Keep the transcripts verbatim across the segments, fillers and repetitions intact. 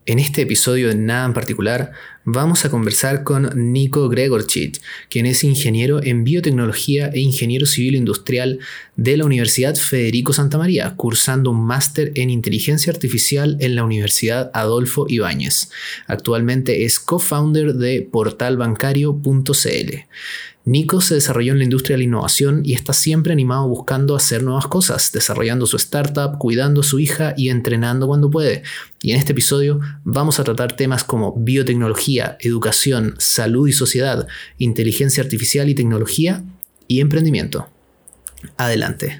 En este episodio de Nada en Particular vamos a conversar con Nico Gregorczyk, quien es ingeniero en biotecnología e ingeniero civil industrial de la Universidad Federico Santa María, cursando un máster en inteligencia artificial en la Universidad Adolfo Ibáñez. Actualmente es co-founder de portal bancario punto c l. Nico se desarrolló en la industria de la innovación y está siempre animado buscando hacer nuevas cosas, desarrollando su startup, cuidando a su hija y entrenando cuando puede. Y en este episodio vamos a tratar temas como biotecnología, educación, salud y sociedad, inteligencia artificial y tecnología y emprendimiento. Adelante.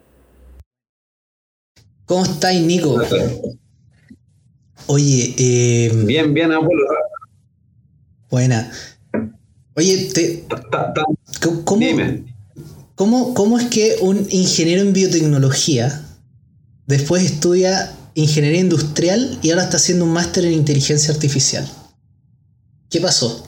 ¿Cómo estáis, Nico? Oye, eh... bien, bien, abuelo. Buena. Oye, te, ta, ta, ¿cómo, ¿cómo, ¿cómo es que un ingeniero en biotecnología después estudia ingeniería industrial y ahora está haciendo un máster en inteligencia artificial? ¿Qué pasó?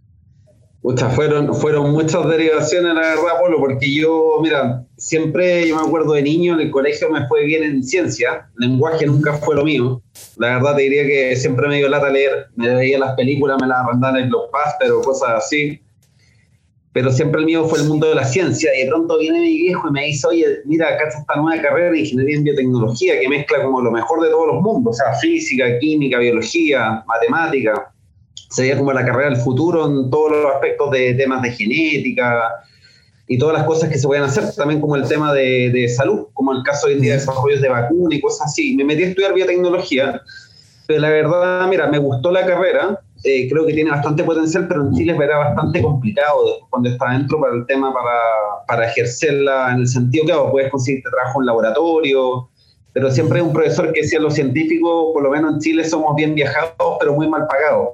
Muchas, fueron, fueron muchas derivaciones, la verdad, Polo, porque yo, mira, siempre, yo me acuerdo de niño, en el colegio me fue bien en ciencia, lenguaje nunca fue lo mío. La verdad te diría que siempre me dio lata leer, me veía las películas, me las arrendaban en Blockbuster o cosas así, pero siempre el mío fue el mundo de la ciencia, y de pronto viene mi viejo y me dice, oye, mira, acá está esta nueva carrera de ingeniería en biotecnología que mezcla como lo mejor de todos los mundos, o sea, física, química, biología, matemática. Sería como la carrera del futuro en todos los aspectos de temas de genética y todas las cosas que se pueden hacer, también como el tema de, de salud, como el caso hoy en día de desarrollos de vacunas y cosas así. Me metí a estudiar biotecnología, pero la verdad, mira, me gustó la carrera, eh, creo que tiene bastante potencial, pero en Chile era bastante complicado cuando estaba dentro para el tema, para, para ejercerla, en el sentido que oh, puedes conseguirte trabajo en laboratorio, pero siempre hay un profesor que decía, los científicos, por lo menos en Chile, somos bien viajados, pero muy mal pagados.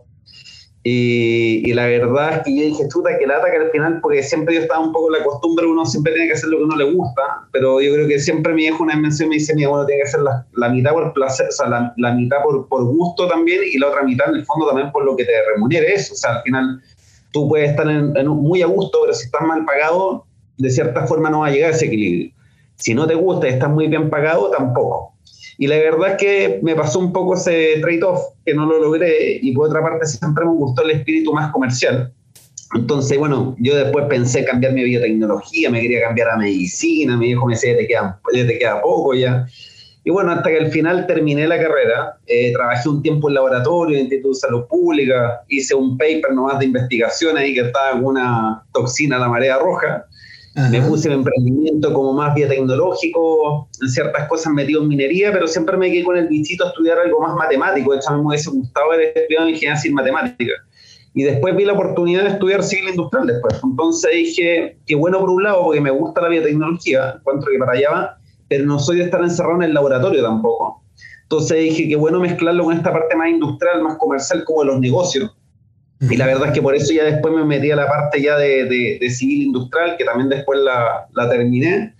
Y, y la verdad es que yo dije, chuta, que lata que al final, porque siempre yo estaba un poco en la costumbre, uno siempre tiene que hacer lo que uno le gusta, pero yo creo que siempre mi hijo una vez mencionó me dice, mira, uno tiene que hacer la, la mitad por placer, o sea, la, la mitad por, por gusto también, y la otra mitad en el fondo también por lo que te remunere eso. O sea, al final tú puedes estar en, en un, muy a gusto, pero si estás mal pagado, de cierta forma no va a llegar a ese equilibrio. Si no te gusta y estás muy bien pagado, tampoco. Y la verdad es que me pasó un poco ese trade-off, que no lo logré, y por otra parte siempre me gustó el espíritu más comercial. Entonces, bueno, yo después pensé cambiar mi biotecnología, me quería cambiar a medicina, mi hijo me decía, ya te queda, ya te queda poco ya. Y bueno, hasta que al final terminé la carrera, eh, trabajé un tiempo en laboratorio, en el Instituto de Salud Pública, hice un paper nomás de investigación ahí que estaba con una toxina, la marea roja. Ajá. Me puse en emprendimiento como más biotecnológico, en ciertas cosas metido en minería, pero siempre me quedé con el bichito a estudiar algo más matemático. De hecho, a mí me hubiese gustado haber estudiado ingeniería sin matemática. Y después vi la oportunidad de estudiar civil industrial después. Entonces dije, qué bueno por un lado, porque me gusta la biotecnología, encuentro que para allá va, pero no soy de estar encerrado en el laboratorio tampoco. Entonces dije, qué bueno mezclarlo con esta parte más industrial, más comercial, como de los negocios. Y la verdad es que por eso ya después me metí a la parte ya de, de, de civil industrial, que también después la, la terminé.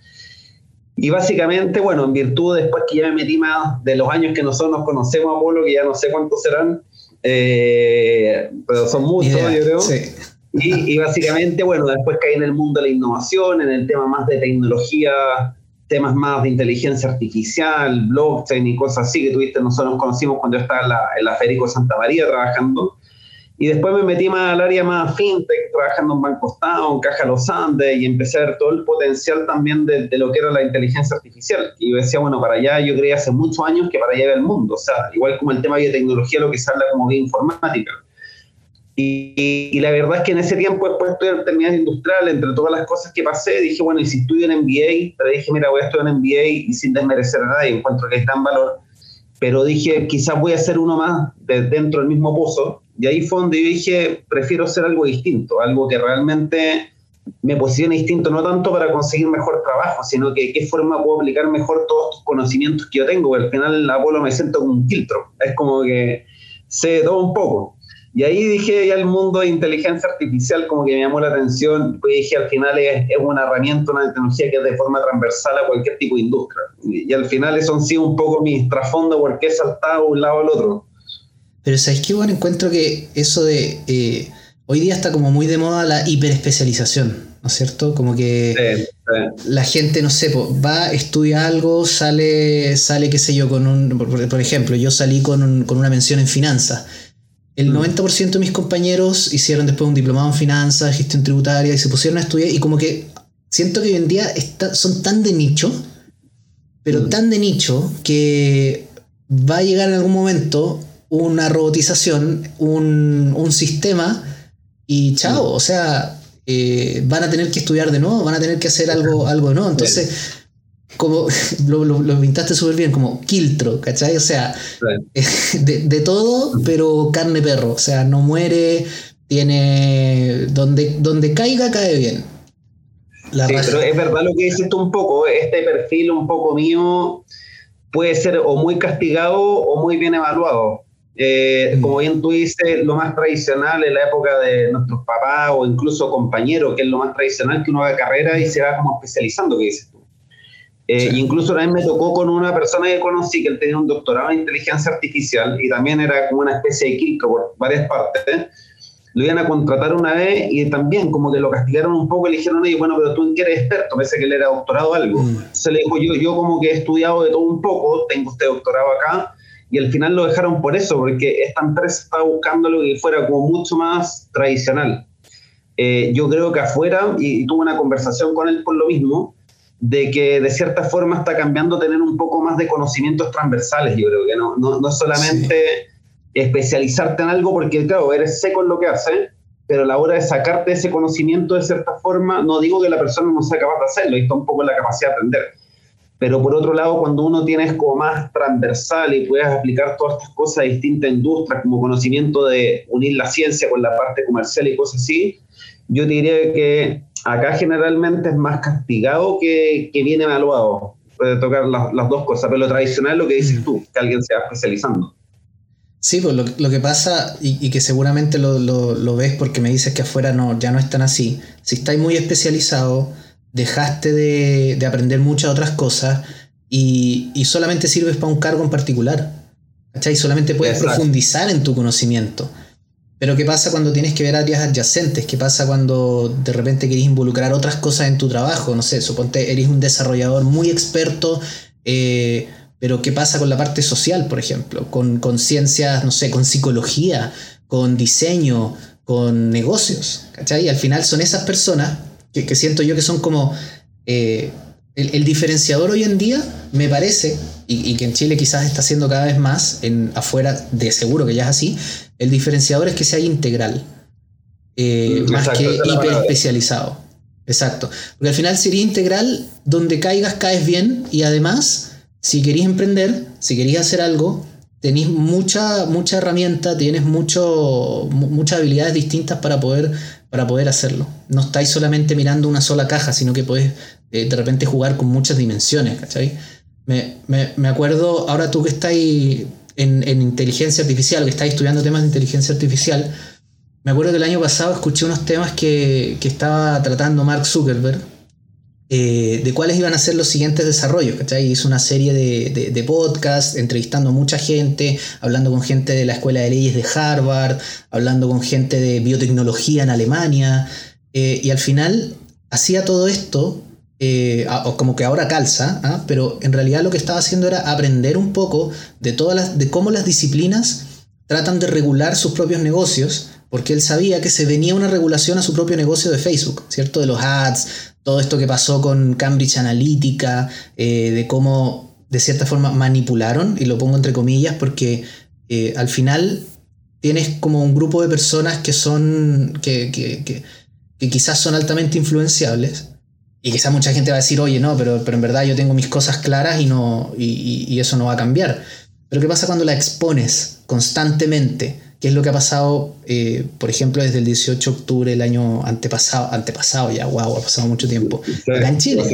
Y básicamente, bueno, en virtud después que ya me metí más de los años que nosotros nos conocemos, Apolo, que ya no sé cuántos serán, eh, pero son muchos, yeah, yo creo. Sí. Y, y básicamente, bueno, después caí en el mundo de la innovación, en el tema más de tecnología, temas más de inteligencia artificial, blockchain y cosas así que tuviste. Nosotros nos conocimos cuando yo estaba en la, en la Federico Santa María trabajando. Y después me metí más al área más fintech, trabajando en Banco Estado, en Caja Los Andes, y empecé a ver todo el potencial también de, de lo que era la inteligencia artificial. Y yo decía, bueno, para allá yo creía hace muchos años que para allá iba el mundo. O sea, igual como el tema de biotecnología, lo que se habla como bioinformática. Y, y, y la verdad es que en ese tiempo, después de estudiar terminación industrial, entre todas las cosas que pasé, dije, bueno, y si estudio en M B A, pero dije, mira, voy a estudiar en M B A y sin desmerecer a nadie, encuentro que es gran valor. Pero dije, quizás voy a hacer uno más de dentro del mismo pozo. Y ahí fue donde yo dije, prefiero hacer algo distinto, algo que realmente me posicione distinto, no tanto para conseguir mejor trabajo, sino que de qué forma puedo aplicar mejor todos estos conocimientos que yo tengo, porque al final en Apolo me siento como un filtro, es como que sé todo un poco. Y ahí dije, ya el mundo de inteligencia artificial como que me llamó la atención, pues dije, al final es, es una herramienta, una tecnología que es de forma transversal a cualquier tipo de industria. Y, y al final eso han sido un poco mis trasfondos, porque he saltado de un lado al otro. Pero ¿sabes qué? Bueno, encuentro que eso de... Eh, hoy día está como muy de moda la hiperespecialización, ¿no es cierto? Como que... Sí. Sí. La gente, no sé, va, estudia algo, sale, sale qué sé yo, con un... Por, por ejemplo, yo salí con, un, con una mención en finanzas. El noventa por ciento de mis compañeros hicieron después un diplomado en finanzas, gestión tributaria, y se pusieron a estudiar, y como que siento que hoy en día está, son tan de nicho, pero mm. tan de nicho, que va a llegar en algún momento una robotización, un, un sistema, y chao, mm. o sea, eh, van a tener que estudiar de nuevo, van a tener que hacer algo, algo de nuevo. Entonces, como lo, lo, lo pintaste súper bien, como quiltro, ¿cachai? O sea, sí. de, de todo, pero carne perro. O sea, no muere, tiene... Donde, donde caiga, cae bien. La sí, raja. Pero es verdad lo que dices tú un poco. Este perfil un poco mío puede ser o muy castigado o muy bien evaluado. Eh, mm. Como bien tú dices, lo más tradicional en la época de nuestros papás o incluso compañeros, que es lo más tradicional, que uno haga carrera y se va como especializando, que dices tú. Eh, sí. Incluso también me tocó con una persona que conocí que él tenía un doctorado en inteligencia artificial y también era como una especie de quiltro por varias partes. Lo iban a contratar una vez y también como que lo castigaron un poco y le dijeron, oye, bueno, pero tú en qué eres experto, parece que él era doctorado o algo. Mm. Se le dijo, yo, yo como que he estudiado de todo un poco, tengo este doctorado acá, y al final lo dejaron por eso, porque esta empresa estaba buscando algo que fuera como mucho más tradicional. Eh, yo creo que afuera, y, y tuve una conversación con él por lo mismo, de que de cierta forma está cambiando tener un poco más de conocimientos transversales, yo creo que no, no, no solamente sí. especializarte en algo, porque claro, eres seco en lo que haces, pero a la hora de sacarte ese conocimiento de cierta forma, no digo que la persona no sea capaz de hacerlo, y está un poco en la capacidad de aprender, pero por otro lado, cuando uno tienes como más transversal y puedes aplicar todas estas cosas a distintas industrias, como conocimiento de unir la ciencia con la parte comercial y cosas así, yo te diría que acá generalmente es más castigado que, que bien evaluado. Puede tocar las, las dos cosas, pero lo tradicional es lo que dices tú, que alguien se va especializando. Sí, pues lo, lo que pasa, y, y que seguramente lo, lo, lo ves porque me dices que afuera no, ya no es tan así. Si estáis muy especializado, dejaste de, de aprender muchas otras cosas y, y solamente sirves para un cargo en particular. ¿Cachai? Solamente puedes Exacto. profundizar en tu conocimiento. Pero ¿qué pasa cuando tienes que ver áreas adyacentes? ¿Qué pasa cuando de repente querés involucrar otras cosas en tu trabajo? No sé, suponte eres un desarrollador muy experto, eh, pero ¿qué pasa con la parte social, por ejemplo? Con, con ciencias, no sé, con psicología, con diseño, con negocios, ¿cachai? Y al final son esas personas que, que siento yo que son como... Eh, el, el diferenciador hoy en día, me parece, y, y que en Chile quizás está siendo cada vez más, en afuera de seguro que ya es así, el diferenciador es que sea integral, eh, mm, más exacto, que hiper especializado. Exacto. Porque al final sería integral, donde caigas, caes bien, y además, si querís emprender, si querís hacer algo, tenés mucha, mucha herramienta, tienes mucho, muchas habilidades distintas para poder, para poder hacerlo. No estáis solamente mirando una sola caja, sino que podés eh, de repente jugar con muchas dimensiones, ¿cachai? Me, me, me acuerdo, ahora tú que estáis en, en inteligencia artificial, que estáis estudiando temas de inteligencia artificial, me acuerdo que el año pasado escuché unos temas que, que estaba tratando Mark Zuckerberg, eh, de cuáles iban a ser los siguientes desarrollos, ¿cachai? Hizo una serie de, de, de podcasts, entrevistando a mucha gente, hablando con gente de la Escuela de Leyes de Harvard, hablando con gente de biotecnología en Alemania, eh, y al final hacía todo esto, eh, como que ahora calza, ¿eh? Pero en realidad lo que estaba haciendo era aprender un poco de, todas las, de cómo las disciplinas tratan de regular sus propios negocios, porque él sabía que se venía una regulación a su propio negocio de Facebook, ¿cierto? De los ads, todo esto que pasó con Cambridge Analytica, eh, de cómo de cierta forma manipularon, y lo pongo entre comillas porque eh, al final tienes como un grupo de personas que son que, que, que, que quizás son altamente influenciables, y quizás mucha gente va a decir, oye, no, pero, pero en verdad yo tengo mis cosas claras y, no, y, y eso no va a cambiar. Pero ¿qué pasa cuando la expones constantemente? ¿Qué es lo que ha pasado, eh, por ejemplo, desde el dieciocho de octubre del año antepasado, antepasado ya, wow, ha pasado mucho tiempo, sí, acá en Chile,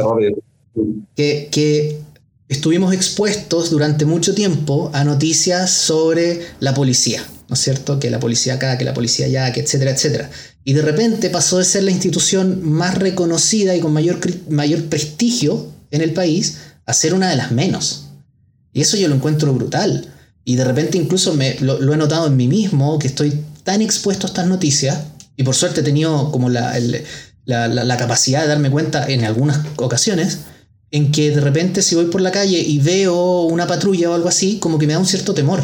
que, que estuvimos expuestos durante mucho tiempo a noticias sobre la policía, ¿no es cierto? Que la policía acá, que la policía allá, que etcétera, etcétera. Y de repente pasó de ser la institución más reconocida y con mayor, mayor prestigio en el país a ser una de las menos. Y eso yo lo encuentro brutal. Y de repente incluso me, lo, lo he notado en mí mismo, que estoy tan expuesto a estas noticias, y por suerte he tenido como la, el, la, la, la capacidad de darme cuenta en algunas ocasiones en que de repente si voy por la calle y veo una patrulla o algo así, como que me da un cierto temor.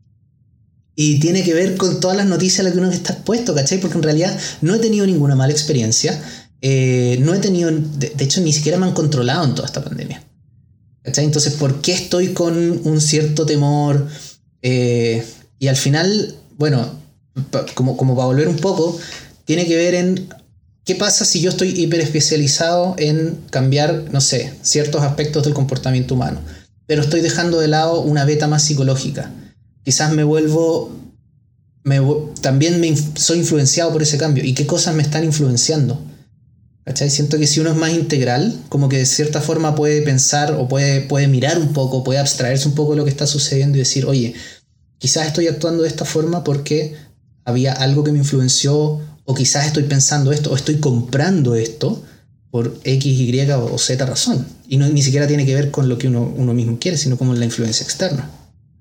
Y tiene que ver con todas las noticias a las que uno está expuesto, ¿cachai? Porque en realidad no he tenido ninguna mala experiencia. Eh, no he tenido... De, de hecho, ni siquiera me han controlado en toda esta pandemia. ¿Cachai? Entonces, ¿por qué estoy con un cierto temor? Eh, y al final, bueno, pa, como, como para volver un poco, tiene que ver en... ¿Qué pasa si yo estoy hiperespecializado en cambiar, no sé, ciertos aspectos del comportamiento humano, pero estoy dejando de lado una beta más psicológica? Quizás me vuelvo... Me, también me, soy influenciado por ese cambio. ¿Y qué cosas me están influenciando? ¿Cachai? Siento que si uno es más integral, como que de cierta forma puede pensar o puede, puede mirar un poco, puede abstraerse un poco de lo que está sucediendo y decir, oye, quizás estoy actuando de esta forma porque había algo que me influenció, o quizás estoy pensando esto, o estoy comprando esto por X, Y o Z razón. Y no, ni siquiera tiene que ver con lo que uno, uno mismo quiere, sino con la influencia externa.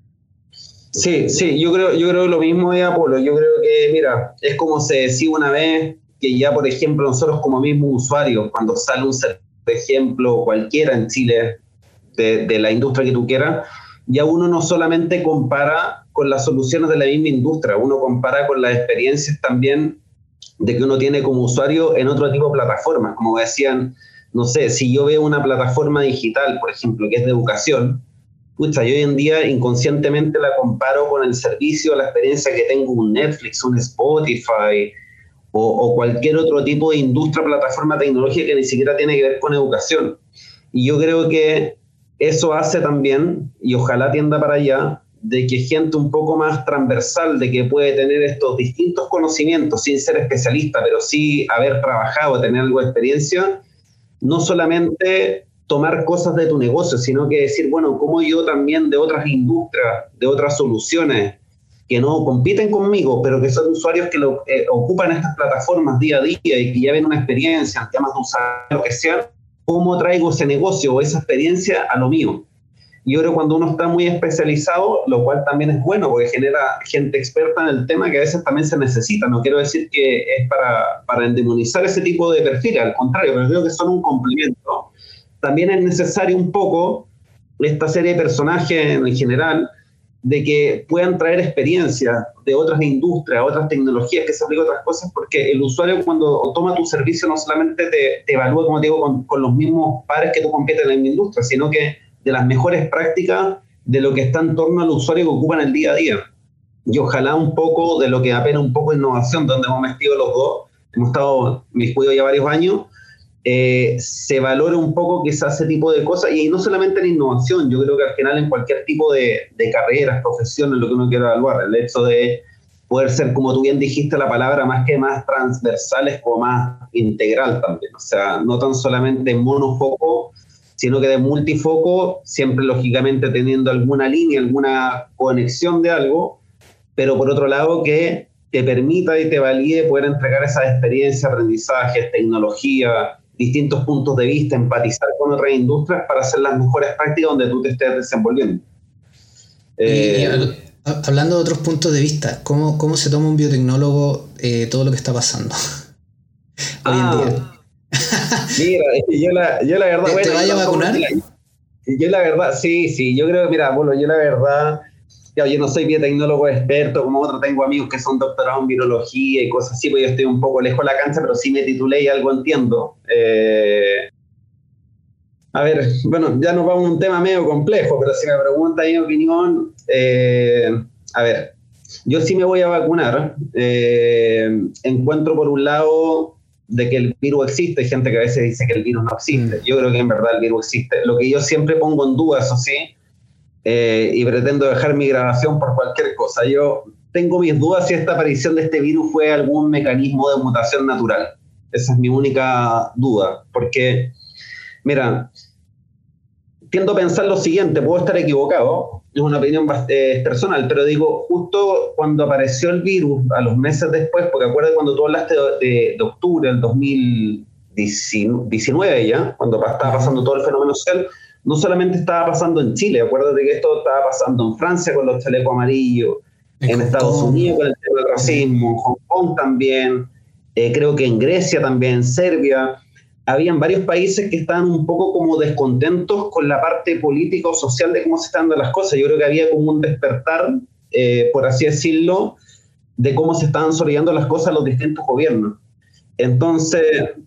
Sí, sí, yo creo, yo creo lo mismo de Apolo. Yo creo que, mira, es como se decía una vez, que ya, por ejemplo, nosotros como mismos usuarios, cuando sale un servicio, por ejemplo, cualquiera en Chile, de, de la industria que tú quieras, ya uno no solamente compara con las soluciones de la misma industria, uno compara con las experiencias también de que uno tiene como usuario en otro tipo de plataformas. Como decían, no sé, si yo veo una plataforma digital, por ejemplo, que es de educación, pucha, yo hoy en día inconscientemente la comparo con el servicio, la experiencia que tengo un Netflix, un Spotify o, o cualquier otro tipo de industria, plataforma tecnológica que ni siquiera tiene que ver con educación. Y yo creo que eso hace también, y ojalá tienda para allá, de que gente un poco más transversal, de que puede tener estos distintos conocimientos sin ser especialista, pero sí haber trabajado, tener algo de experiencia, no solamente tomar cosas de tu negocio, sino que decir, bueno, cómo yo también de otras industrias, de otras soluciones que no compiten conmigo, pero que son usuarios que lo, eh, ocupan estas plataformas día a día y que ya ven una experiencia en temas de usar lo que sea, cómo traigo ese negocio o esa experiencia a lo mío. Y ahora cuando uno está muy especializado, lo cual también es bueno porque genera gente experta en el tema que a veces también se necesita. No quiero decir que es para, para endemonizar ese tipo de perfiles, al contrario, pero creo que son un complemento. También es necesario un poco esta serie de personajes en general de que puedan traer experiencia de otras industrias, otras tecnologías, que se apliquen otras cosas, porque el usuario cuando toma tu servicio no solamente te, te evalúa, como te digo, con, con los mismos pares que tú compites en la misma industria, sino que de las mejores prácticas de lo que está en torno al usuario que ocupa en el día a día. Y ojalá un poco de lo que apena un poco de innovación, donde hemos metido los dos, hemos estado, mis cuidos ya varios años, eh, se valore un poco quizás ese tipo de cosas, y no solamente en innovación, yo creo que al final en cualquier tipo de, de carreras, profesiones, lo que uno quiera evaluar, el hecho de poder ser, como tú bien dijiste la palabra, más que más transversales, como más integral también, o sea, no tan solamente monofoco, sino que de multifoco, siempre lógicamente teniendo alguna línea, alguna conexión de algo, pero por otro lado que te permita y te valide poder entregar esa experiencia, aprendizajes, tecnología, distintos puntos de vista, empatizar con otras industrias para hacer las mejores prácticas donde tú te estés desenvolviendo. Eh, y, y, hablando de otros puntos de vista, ¿cómo, cómo se toma un biotecnólogo eh, todo lo que está pasando hoy ah, en día? Mira, yo la, yo la verdad... ¿Te, bueno, ¿te vaya a vacunar? Yo la verdad, sí, sí, yo creo que, mira, bueno, yo la verdad, yo no soy biotecnólogo experto, como otros tengo amigos que son doctorados en virología y cosas así, pues yo estoy un poco lejos de la cancha, pero sí me titulé y algo entiendo. Eh, a ver, bueno, ya nos vamos a un tema medio complejo, pero si me pregunta mi opinión, eh, a ver, yo sí me voy a vacunar. Eh, encuentro por un lado de que el virus existe, hay gente que a veces dice que el virus no existe, yo creo que en verdad el virus existe. Lo que yo siempre pongo en duda, eso sí, eh, y pretendo dejar mi grabación por cualquier cosa, yo tengo mis dudas si esta aparición de este virus fue algún mecanismo de mutación natural. Esa es mi única duda, porque, mira, tiendo a pensar lo siguiente, puedo estar equivocado, es una opinión eh, personal, pero digo, justo cuando apareció el virus, a los meses después, porque acuérdate cuando tú hablaste de, de, de octubre del dos mil diecinueve ya, cuando estaba pasando todo el fenómeno social, no solamente estaba pasando en Chile, acuérdate que esto estaba pasando en Francia con los chalecos amarillos, en, en Estados Unidos con el tema del racismo, en Hong Kong también, eh, creo que en Grecia también, en Serbia, habían varios países que estaban un poco como descontentos con la parte política o social de cómo se están dando las cosas. Yo creo que había como un despertar, eh, por así decirlo, de cómo se estaban desarrollando las cosas los distintos gobiernos. Entonces,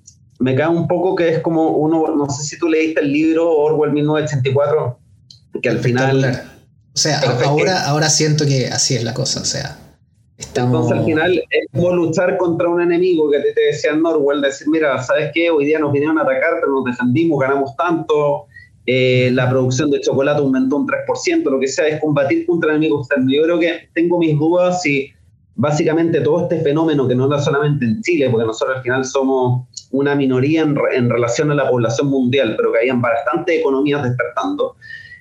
me cae un poco que es como uno, no sé si tú leíste el libro Orwell mil novecientos ochenta y cuatro, que al final... O sea, ahora, ahora siento que así es la cosa, o sea... Estamos... Entonces al final es como luchar contra un enemigo que te, te decía Orwell, decir, mira, ¿sabes qué? Hoy día nos vinieron a atacar, pero nos defendimos, ganamos tanto, eh, la producción de chocolate aumentó un tres por ciento, lo que sea, es combatir contra enemigos externos. Yo creo que tengo mis dudas si básicamente todo este fenómeno, que no es solamente en Chile, porque nosotros al final somos una minoría en, en relación a la población mundial, pero que habían bastantes economías despertando,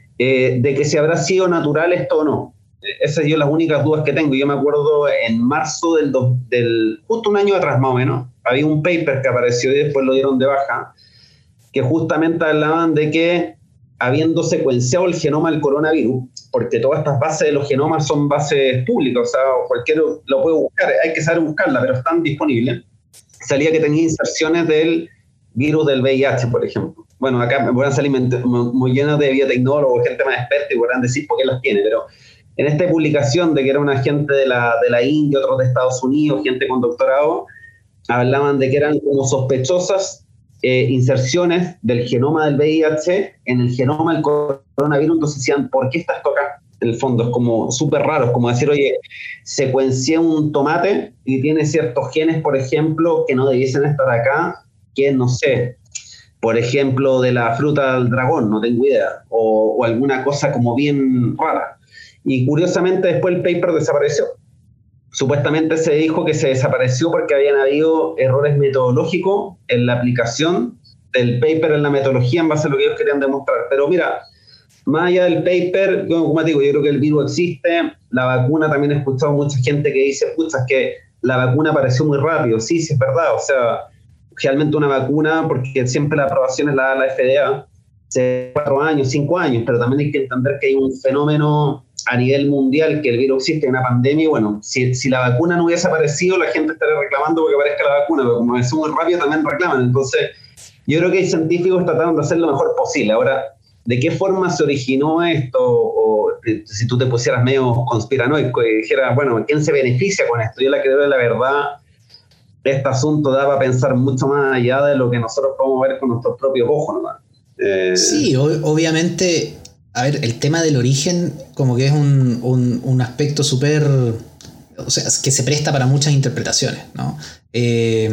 eh, de que si habrá sido natural esto o no. Esas son las únicas dudas que tengo. Yo me acuerdo en marzo del, do, del justo un año atrás más o menos, había un paper que apareció y después lo dieron de baja, que justamente hablaban de que habiendo secuenciado el genoma del coronavirus, porque todas estas bases de los genomas son bases públicas, o sea, cualquiera lo puede buscar, hay que saber buscarla, pero están disponibles, salía que tenía inserciones del virus del V I H, por ejemplo. Bueno, acá me podrán salir muy llenos de biotecnólogos, gente más experta, y podrán decir por qué las tiene, pero en esta publicación de que era una gente de la, de la India, otros de Estados Unidos, gente con doctorado, hablaban de que eran como sospechosas eh, inserciones del genoma del V I H en el genoma del coronavirus. Entonces decían, ¿por qué está esto acá? En el fondo es como súper raro, es como decir, oye, secuencié un tomate y tiene ciertos genes, por ejemplo, que no debiesen estar acá, que no sé, por ejemplo, de la fruta del dragón, no tengo idea, o, o alguna cosa como bien rara. Y curiosamente después el paper desapareció. Supuestamente se dijo que se desapareció porque habían habido errores metodológicos en la aplicación del paper en la metodología en base a lo que ellos querían demostrar. Pero mira, más allá del paper, como digo, yo creo que el virus existe, la vacuna también he escuchado mucha gente que dice, pucha, es que la vacuna apareció muy rápido. Sí, sí es verdad, o sea, realmente una vacuna, porque siempre la aprobación es la da la F D A, hace cuatro años, cinco años, pero también hay que entender que hay un fenómeno a nivel mundial, que el virus existe, una pandemia, y bueno, si, si la vacuna no hubiese aparecido, la gente estaría reclamando porque aparezca la vacuna, pero como es muy rápido también reclaman. Entonces, yo creo que hay científicos tratando de hacer lo mejor posible. Ahora, ¿de qué forma se originó esto? O si tú te pusieras medio conspiranoico y dijeras, bueno, ¿quién se beneficia con esto? Yo la creo que la verdad, este asunto da para pensar mucho más allá de lo que nosotros podemos ver con nuestros propios ojos, ¿no? Eh, sí, o- obviamente... A ver, el tema del origen como que es un, un, un aspecto súper... O sea, que se presta para muchas interpretaciones, ¿no? Eh,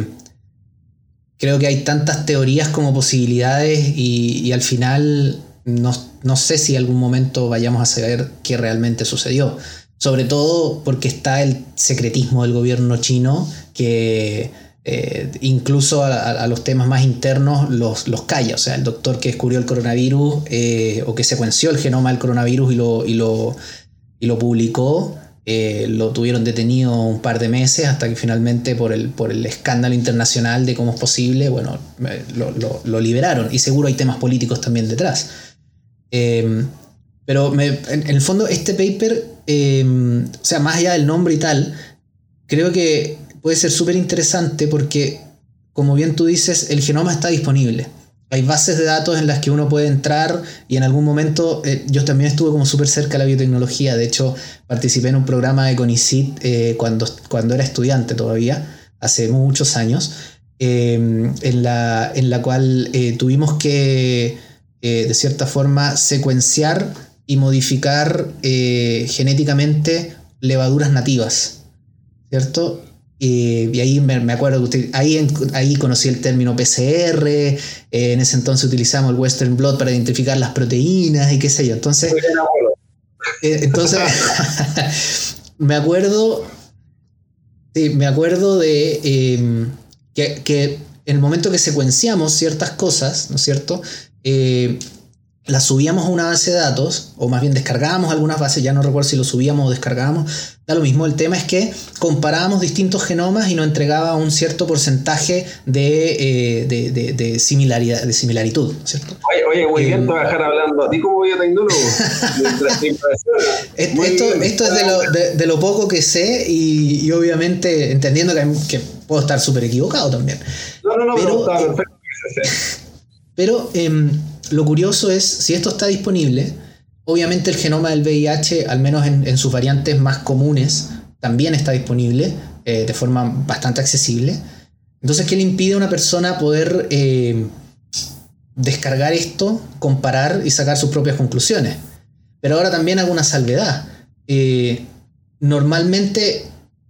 creo que hay tantas teorías como posibilidades y, y al final no, no sé si en algún momento vayamos a saber qué realmente sucedió. Sobre todo porque está el secretismo del gobierno chino que... Eh, incluso a, a los temas más internos los, los calla. O sea, el doctor que descubrió el coronavirus eh, o que secuenció el genoma del coronavirus y lo, y lo, y lo publicó, eh, lo tuvieron detenido un par de meses hasta que finalmente por el, por el escándalo internacional de cómo es posible, bueno, lo, lo, lo liberaron. Y seguro hay temas políticos también detrás. Eh, pero me, en, en el fondo este paper, eh, o sea, más allá del nombre y tal, creo que puede ser súper interesante porque, como bien tú dices, el genoma está disponible. Hay bases de datos en las que uno puede entrar y en algún momento eh, yo también estuve como súper cerca de la biotecnología. De hecho, participé en un programa de CONICYT eh, cuando, cuando era estudiante todavía, hace muchos años, eh, en, la, en la cual eh, tuvimos que, eh, de cierta forma, secuenciar y modificar eh, genéticamente levaduras nativas, ¿cierto? Eh, y ahí me, me acuerdo que usted, ahí, en, ahí conocí el término P C R, eh, en ese entonces utilizamos el Western Blot para identificar las proteínas y qué sé yo. Entonces, eh, entonces me acuerdo, sí, me acuerdo de eh, que, que en el momento que secuenciamos ciertas cosas, ¿no es cierto? Eh, las subíamos a una base de datos, o más bien descargábamos algunas bases, ya no recuerdo si lo subíamos o descargábamos, da lo mismo. El tema es que comparábamos distintos genomas y nos entregaba un cierto porcentaje de, eh, de, de, de, similaridad, de similaritud, ¿cierto? Oye, oye muy bien, eh, te voy a dejar hablando a ti como biotecnólogo. esto, esto es de lo, de, de lo poco que sé y, y obviamente entendiendo que, que puedo estar súper equivocado también. No, no, no, pero, está eh, perfecto. pero eh, lo curioso es, si esto está disponible, obviamente el genoma del V I H, al menos en, en sus variantes más comunes, también está disponible eh, de forma bastante accesible. Entonces, ¿qué le impide a una persona poder eh, descargar esto, comparar y sacar sus propias conclusiones? Pero ahora también hago una salvedad. Eh, normalmente,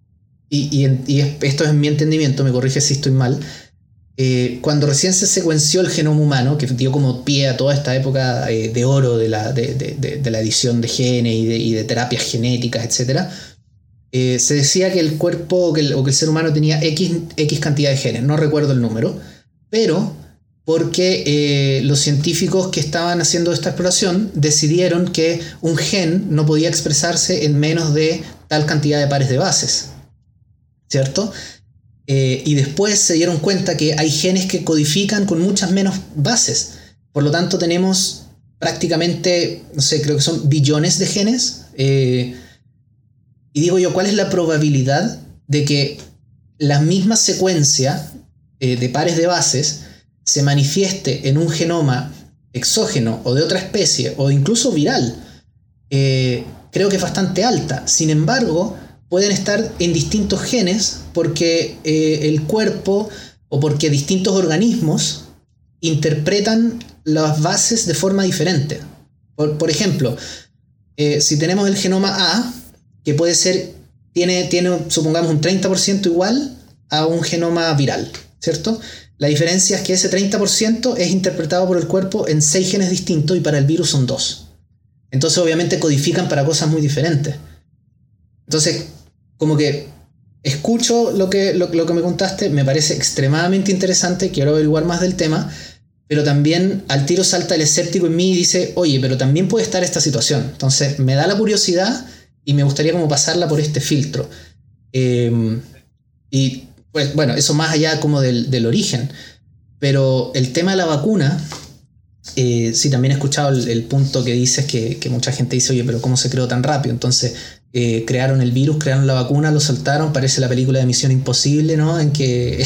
y, y, y esto es mi entendimiento, me corrige si estoy mal, eh, cuando recién se secuenció el genoma humano, que dio como pie a toda esta época eh, de oro de la, de, de, de, de la edición de genes y de, y de terapias genéticas, etcétera, eh, se decía que el cuerpo o que el, o que el ser humano tenía X, X cantidad de genes, no recuerdo el número, pero porque eh, los científicos que estaban haciendo esta exploración decidieron que un gen no podía expresarse en menos de tal cantidad de pares de bases, ¿cierto? Eh, y después se dieron cuenta que hay genes que codifican con muchas menos bases. Por lo tanto, tenemos prácticamente, no sé, creo que son billones de genes. Eh, y digo yo, ¿cuál es la probabilidad de que la misma secuencia eh, de pares de bases se manifieste en un genoma exógeno o de otra especie o incluso viral? Eh, creo que es bastante alta. Sin embargo, pueden estar en distintos genes porque eh, el cuerpo o porque distintos organismos interpretan las bases de forma diferente. Por, por ejemplo, eh, si tenemos el genoma A, que puede ser, tiene, tiene supongamos un treinta por ciento igual a un genoma viral, ¿cierto? La diferencia es que ese treinta por ciento es interpretado por el cuerpo en seis genes distintos y para el virus son dos. Entonces obviamente codifican para cosas muy diferentes. Entonces, como que escucho lo que, lo, lo que me contaste, me parece extremadamente interesante, quiero averiguar más del tema, pero también al tiro salta el escéptico en mí y dice, oye, pero también puede estar esta situación. Entonces me da la curiosidad y me gustaría como pasarla por este filtro. Eh, y pues bueno, eso más allá como del, del origen. Pero el tema de la vacuna, eh, sí, también he escuchado el, el punto que dices que, que mucha gente dice, oye, pero ¿cómo se creó tan rápido? Entonces eh, crearon el virus, crearon la vacuna, lo soltaron, parece la película de Misión Imposible, ¿no? En que,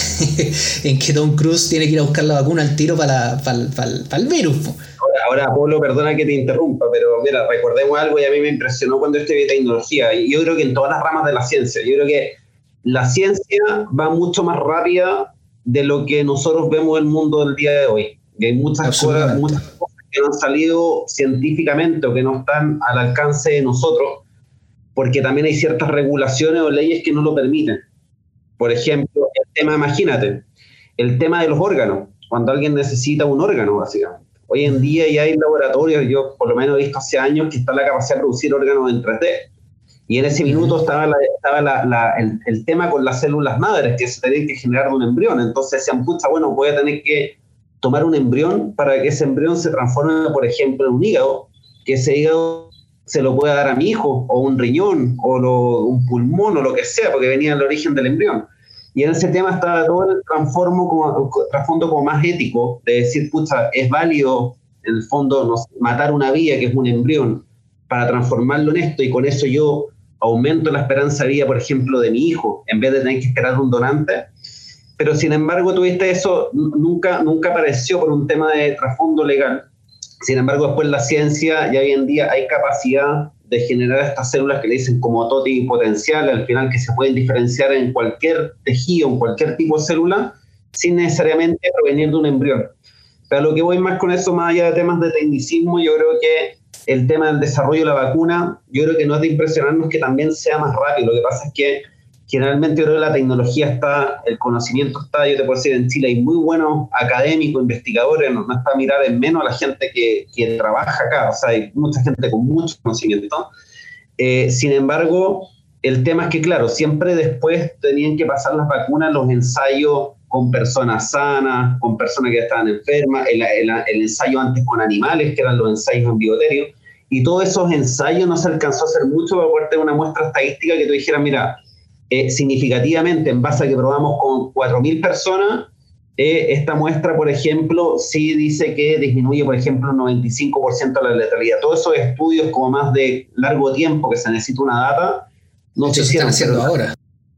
en que Tom Cruise tiene que ir a buscar la vacuna al tiro para, para, para, para el virus. Ahora, ahora, Pablo, perdona que te interrumpa, pero mira, recordemos algo y a mí me impresionó cuando estudié tecnología, y yo creo que en todas las ramas de la ciencia, yo creo que la ciencia va mucho más rápida de lo que nosotros vemos el mundo del día de hoy. Y hay muchas cosas, muchas cosas que no han salido científicamente o que no están al alcance de nosotros, porque también hay ciertas regulaciones o leyes que no lo permiten. Por ejemplo, el tema, imagínate, el tema de los órganos, cuando alguien necesita un órgano, básicamente. Hoy en día ya hay laboratorios, yo por lo menos he visto hace años, que está la capacidad de producir órganos en tres D. Y en ese minuto estaba, la, estaba la, la, el, el tema con las células madres, que se tenían que generar un embrión. Entonces decían, pucha, bueno, voy a tener que tomar un embrión para que ese embrión se transforme, por ejemplo, en un hígado, que ese hígado se lo pueda dar a mi hijo, o un riñón, o lo, un pulmón, o lo que sea, porque venía del origen del embrión. Y en ese tema estaba todo el transformo como, trasfondo como más ético, de decir, pucha, es válido, en el fondo, no sé, matar una vida, que es un embrión, para transformarlo en esto, y con eso yo aumento la esperanza de vida, por ejemplo, de mi hijo, en vez de tener que esperar un donante. Pero sin embargo, tuviste eso, nunca, nunca apareció por un tema de trasfondo legal. Sin embargo, después la ciencia, ya hoy en día hay capacidad de generar estas células que le dicen como totipotenciales, al final, que se pueden diferenciar en cualquier tejido, en cualquier tipo de célula, sin necesariamente provenir de un embrión. Pero lo que voy más con eso, más allá de temas de tecnicismo, yo creo que el tema del desarrollo de la vacuna, yo creo que no es de impresionarnos que también sea más rápido. Lo que pasa es que generalmente yo creo que la tecnología está, el conocimiento está, yo te puedo decir, en Chile hay muy buenos académicos, investigadores, no, no está a mirar en menos a la gente que, que trabaja acá, o sea, hay mucha gente con mucho conocimiento. Eh, sin embargo, el tema es que, claro, siempre después tenían que pasar las vacunas, los ensayos con personas sanas, con personas que estaban enfermas, el, el, el ensayo antes con animales, que eran los ensayos en bioterio, y todos esos ensayos no se alcanzó a hacer mucho para poder tener una muestra estadística que tú dijeras, mira, eh, significativamente, en base a que probamos con cuatro mil personas, eh, esta muestra, por ejemplo, sí dice que disminuye, por ejemplo, un noventa y cinco por ciento la letalidad. Todos esos estudios como más de largo tiempo, que se necesita una data, no se están haciendo ahora.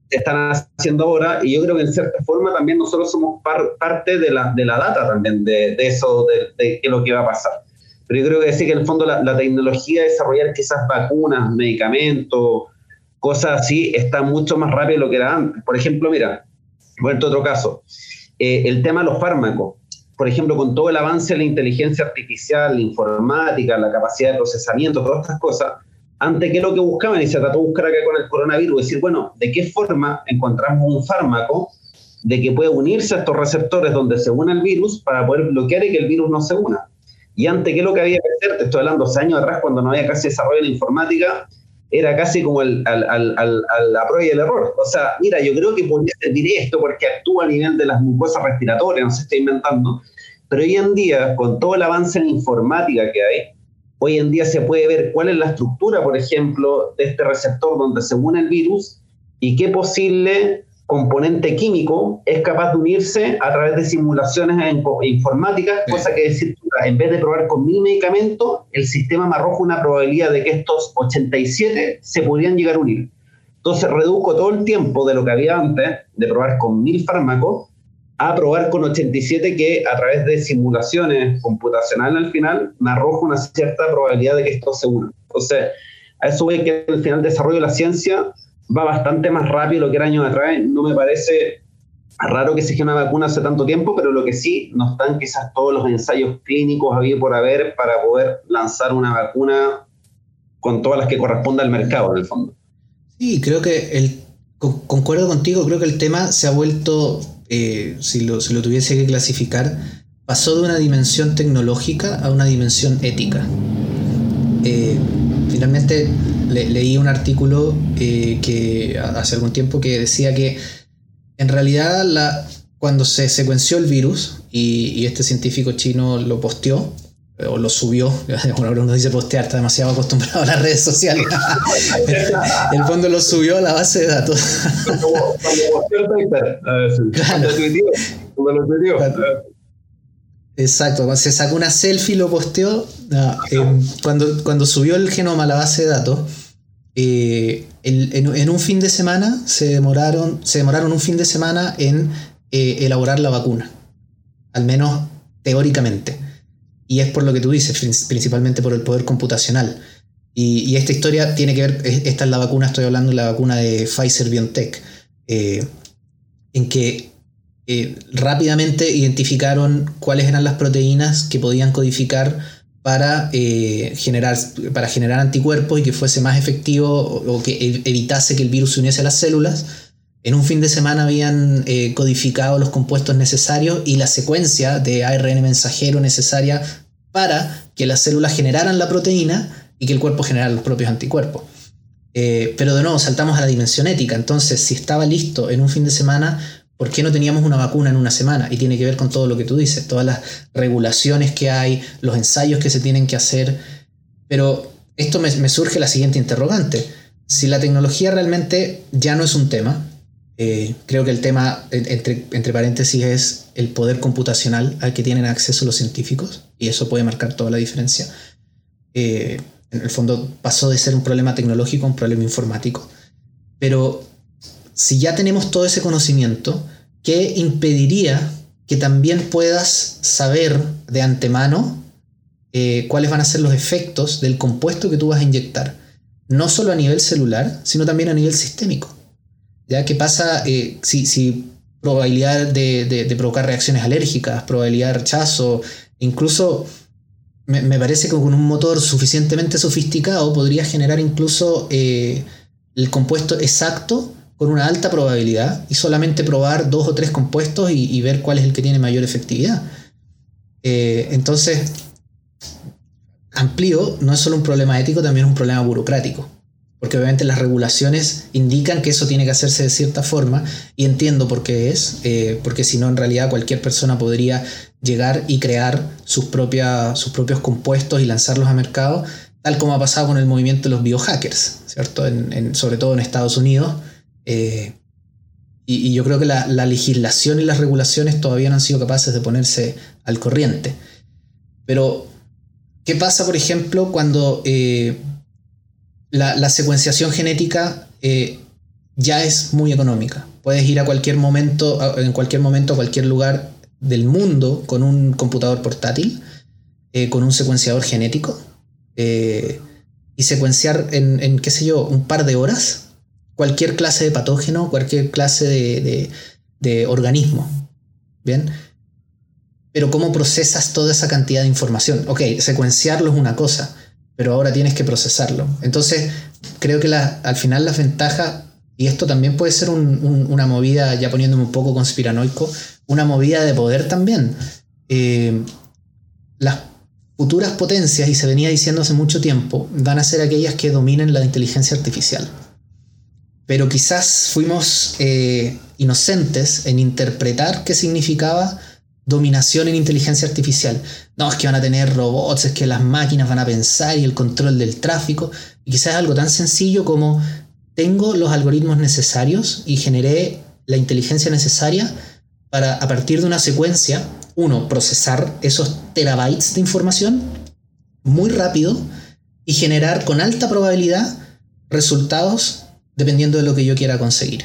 se están haciendo ahora, y yo creo que en cierta forma también nosotros somos par, parte de la, de la data también, de, de eso, de, de qué es lo que va a pasar. Pero yo creo que decir que en el fondo la, la tecnología de desarrollar quizás vacunas, medicamentos, cosas así, está mucho más rápido de lo que era antes. Por ejemplo, mira, vuelto a otro caso, eh, el tema de los fármacos. Por ejemplo, con todo el avance de la inteligencia artificial, la informática, la capacidad de procesamiento, todas estas cosas, antes que lo que buscaban, y se trató de buscar acá con el coronavirus, decir, bueno, ¿de qué forma encontramos un fármaco de que puede unirse a estos receptores donde se une el virus para poder bloquear y que el virus no se una? Y antes, ¿qué es lo que había que hacer? Te estoy hablando hace años atrás, cuando no había casi desarrollo en la informática, era casi como el, al, al, al, al, la prueba y el error. O sea, mira, yo creo que podría servir esto porque actúa a nivel de las mucosas respiratorias, no se está inventando. Pero hoy en día, con todo el avance en informática que hay, hoy en día se puede ver cuál es la estructura, por ejemplo, de este receptor donde se une el virus y qué posible componente químico es capaz de unirse a través de simulaciones en, informáticas, sí. Cosa que decir, en vez de probar con mil medicamentos, el sistema me arroja una probabilidad de que estos ochenta y siete se podrían llegar a unir. Entonces reduzco todo el tiempo de lo que había antes, de probar con mil fármacos, a probar con ochenta y siete que a través de simulaciones computacionales al final me arroja una cierta probabilidad de que esto se una. Entonces, a eso ve que al final el desarrollo de la ciencia va bastante más rápido de lo que era años atrás. No me parece raro que se genere una vacuna hace tanto tiempo, pero lo que sí, no están quizás todos los ensayos clínicos habidos por haber para poder lanzar una vacuna con todas las que corresponda al mercado, en el fondo. Sí, creo que el, concuerdo contigo, creo que el tema se ha vuelto, eh, si, lo, si lo tuviese que clasificar, pasó de una dimensión tecnológica a una dimensión ética. Eh, finalmente le, leí un artículo eh, que hace algún tiempo que decía que en realidad la, cuando se secuenció el virus y, y este científico chino lo posteó o lo subió, bueno, uno dice postear, está demasiado acostumbrado a las redes sociales. En el fondo lo subió a la base de datos. Exacto, se sacó una selfie y lo posteó. No, eh, cuando, cuando subió el genoma a la base de datos, eh, el, en, en un fin de semana se demoraron, se demoraron un fin de semana en eh, elaborar la vacuna, al menos teóricamente. Y es por lo que tú dices, principalmente por el poder computacional. Y, y esta historia tiene que ver, esta es la vacuna, estoy hablando de la vacuna de Pfizer-BioNTech, eh, en que eh, rápidamente identificaron cuáles eran las proteínas que podían codificar para, eh, generar, para generar anticuerpos y que fuese más efectivo o, o que evitase que el virus se uniese a las células. En un fin de semana habían eh, codificado los compuestos necesarios y la secuencia de A R N mensajero necesaria para que las células generaran la proteína y que el cuerpo generara los propios anticuerpos. Eh, pero de nuevo saltamos a la dimensión ética. Entonces, si estaba listo en un fin de semana, ¿por qué no teníamos una vacuna en una semana? Y tiene que ver con todo lo que tú dices, todas las regulaciones que hay, los ensayos que se tienen que hacer. Pero esto me, me surge la siguiente interrogante. Si la tecnología realmente ya no es un tema, Eh, creo que el tema, entre, entre paréntesis, es el poder computacional al que tienen acceso los científicos, y eso puede marcar toda la diferencia. Eh, en el fondo pasó de ser un problema tecnológico a un problema informático. Pero si ya tenemos todo ese conocimiento, ¿qué impediría que también puedas saber de antemano eh, cuáles van a ser los efectos del compuesto que tú vas a inyectar? No solo a nivel celular, sino también a nivel sistémico. ¿Ya? ¿Qué pasa eh, si, si probabilidad de, de, de provocar reacciones alérgicas, probabilidad de rechazo? Incluso me, me parece que con un motor suficientemente sofisticado podría generar incluso eh, el compuesto exacto con una alta probabilidad y solamente probar dos o tres compuestos y, y ver cuál es el que tiene mayor efectividad. Eh, entonces, amplío, no es solo un problema ético, también es un problema burocrático. Porque obviamente las regulaciones indican que eso tiene que hacerse de cierta forma, y entiendo por qué es, eh, porque si no en realidad cualquier persona podría llegar y crear sus, propia, sus propios compuestos y lanzarlos a mercado, tal como ha pasado con el movimiento de los biohackers, ¿cierto? En, en, sobre todo en Estados Unidos. Eh, y, y yo creo que la, la legislación y las regulaciones todavía no han sido capaces de ponerse al corriente. Pero, ¿qué pasa, por ejemplo, cuando... Eh, La, la secuenciación genética eh, ya es muy económica. Puedes ir a cualquier momento, en cualquier momento a cualquier lugar del mundo con un computador portátil, eh, con un secuenciador genético, eh, y secuenciar en, en, qué sé yo, un par de horas cualquier clase de patógeno, cualquier clase de, de, de organismo. ¿Bien? Pero ¿cómo procesas toda esa cantidad de información? Ok, secuenciarlo es una cosa, pero ahora tienes que procesarlo. Entonces, creo que la, al final las ventajas, y esto también puede ser un, un, una movida, ya poniéndome un poco conspiranoico, una movida de poder también. Eh, las futuras potencias, y se venía diciendo hace mucho tiempo, van a ser aquellas que dominen la inteligencia artificial. Pero quizás fuimos eh, inocentes en interpretar qué significaba dominación en inteligencia artificial. No, es que van a tener robots, es que las máquinas van a pensar y el control del tráfico. Y quizás algo tan sencillo como tengo los algoritmos necesarios y generé la inteligencia necesaria para, a partir de una secuencia, uno, procesar esos terabytes de información muy rápido y generar con alta probabilidad resultados dependiendo de lo que yo quiera conseguir.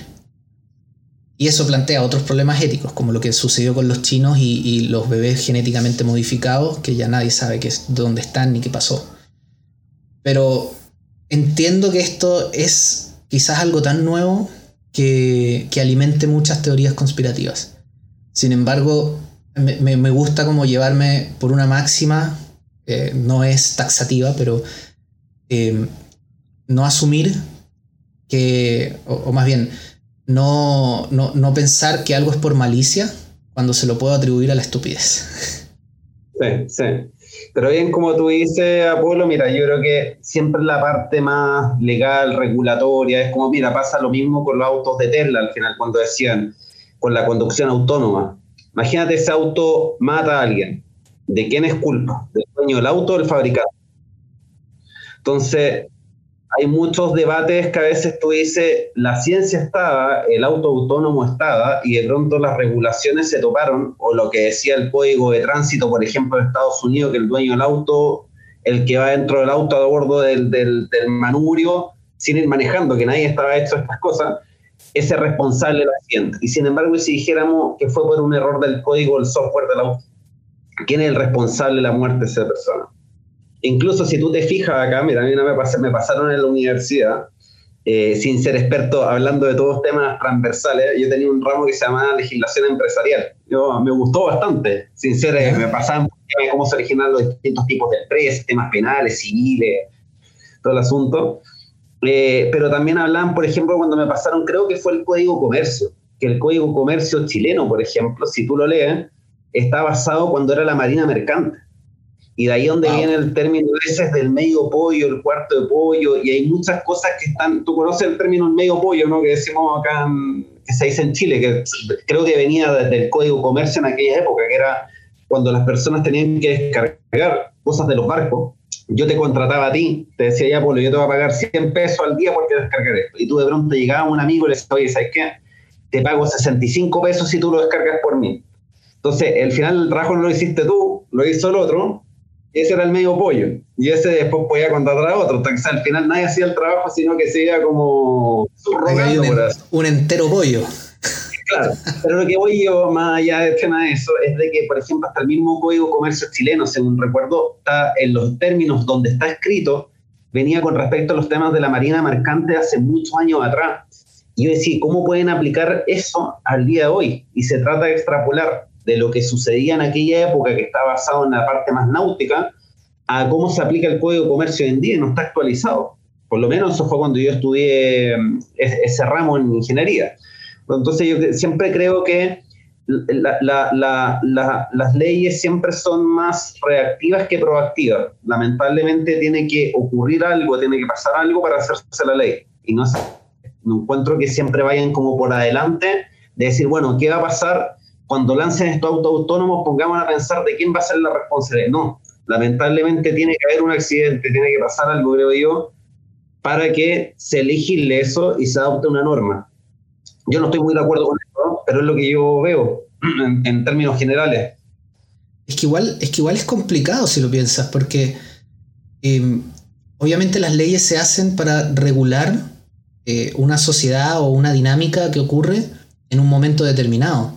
Y eso plantea otros problemas éticos, como lo que sucedió con los chinos y, y los bebés genéticamente modificados, que ya nadie sabe qué, dónde están ni qué pasó. Pero entiendo que esto es quizás algo tan nuevo que, que alimente muchas teorías conspirativas. Sin embargo, me, me, me gusta como llevarme por una máxima, eh, no es taxativa, pero eh, no asumir que, o, o más bien, no, no, no pensar que algo es por malicia cuando se lo puedo atribuir a la estupidez. Sí, sí. Pero bien, como tú dices, Apolo, mira, yo creo que siempre la parte más legal, regulatoria, es como, mira, pasa lo mismo con los autos de Tesla al final, cuando decían, con la conducción autónoma. Imagínate, ese auto mata a alguien. ¿De quién es culpa? ¿Del dueño del auto o del fabricante? Entonces, hay muchos debates que a veces tú dices, la ciencia estaba, el auto autónomo estaba, y de pronto las regulaciones se toparon, o lo que decía el código de tránsito, por ejemplo, de Estados Unidos, que el dueño del auto, el que va dentro del auto a bordo del, del, del manubrio, sin ir manejando, que nadie estaba hecho estas cosas, es el responsable del accidente. Y sin embargo, si dijéramos que fue por un error del código del software del auto, ¿quién es el responsable de la muerte de esa persona? Incluso si tú te fijas acá, mira, a mí no me, pas- me pasaron en la universidad, eh, sin ser experto hablando de todos temas transversales, yo tenía un ramo que se llamaba legislación empresarial. Yo, me gustó bastante, sin ser, eh, me pasaban cómo se originan los distintos tipos de empresas, temas penales, civiles, todo el asunto. Eh, pero también hablaban, por ejemplo, cuando me pasaron, creo que fue el Código Comercio, que el Código Comercio chileno, por ejemplo, si tú lo lees, está basado cuando era la Marina Mercante. Y de ahí donde wow. viene el término ese del medio pollo, el cuarto de pollo, y hay muchas cosas que están, tú conoces el término medio pollo, ¿no? Que decimos acá, en, que se dice en Chile, que creo que venía desde el Código Comercio en aquella época, que era cuando las personas tenían que descargar cosas de los barcos. Yo te contrataba a ti, te decía, ya, Polo, yo te voy a pagar cien pesos al día porque descargar esto. Y tú de pronto llegaba un amigo y le decías, oye, ¿sabes qué? Te pago sesenta y cinco pesos si tú lo descargas por mí. Entonces, al final el trabajo no lo hiciste tú, lo hizo el otro. Ese era el medio pollo, y ese después podía contratar a otro. Entonces, al final nadie hacía el trabajo, sino que se iba como subrogando, un, un entero pollo. Claro, pero lo que voy yo, más allá del tema de eso, es de que, por ejemplo, hasta el mismo Código Comercio chileno, según recuerdo, está en los términos donde está escrito, venía con respecto a los temas de la Marina Mercante hace muchos años atrás. Y yo decía, ¿cómo pueden aplicar eso al día de hoy? Y se trata de extrapolar de lo que sucedía en aquella época, que está basado en la parte más náutica, a cómo se aplica el Código de Comercio hoy en día, y no está actualizado. Por lo menos eso fue cuando yo estudié ese ramo en ingeniería. Entonces yo siempre creo que la, la, la, la, las leyes siempre son más reactivas que proactivas. Lamentablemente tiene que ocurrir algo, tiene que pasar algo para hacerse la ley. Y no, no encuentro que siempre vayan como por adelante de decir, bueno, ¿qué va a pasar cuando lancen estos autos autónomos? Pongamos a pensar de quién va a ser la responsabilidad. No, lamentablemente tiene que haber un accidente, tiene que pasar algo, creo yo, para que se legisle eso y se adopte una norma. Yo no estoy muy de acuerdo con eso, ¿no? Pero es lo que yo veo en, en términos generales. Es que, igual, es que igual es complicado si lo piensas, porque eh, obviamente las leyes se hacen para regular eh, una sociedad o una dinámica que ocurre en un momento determinado.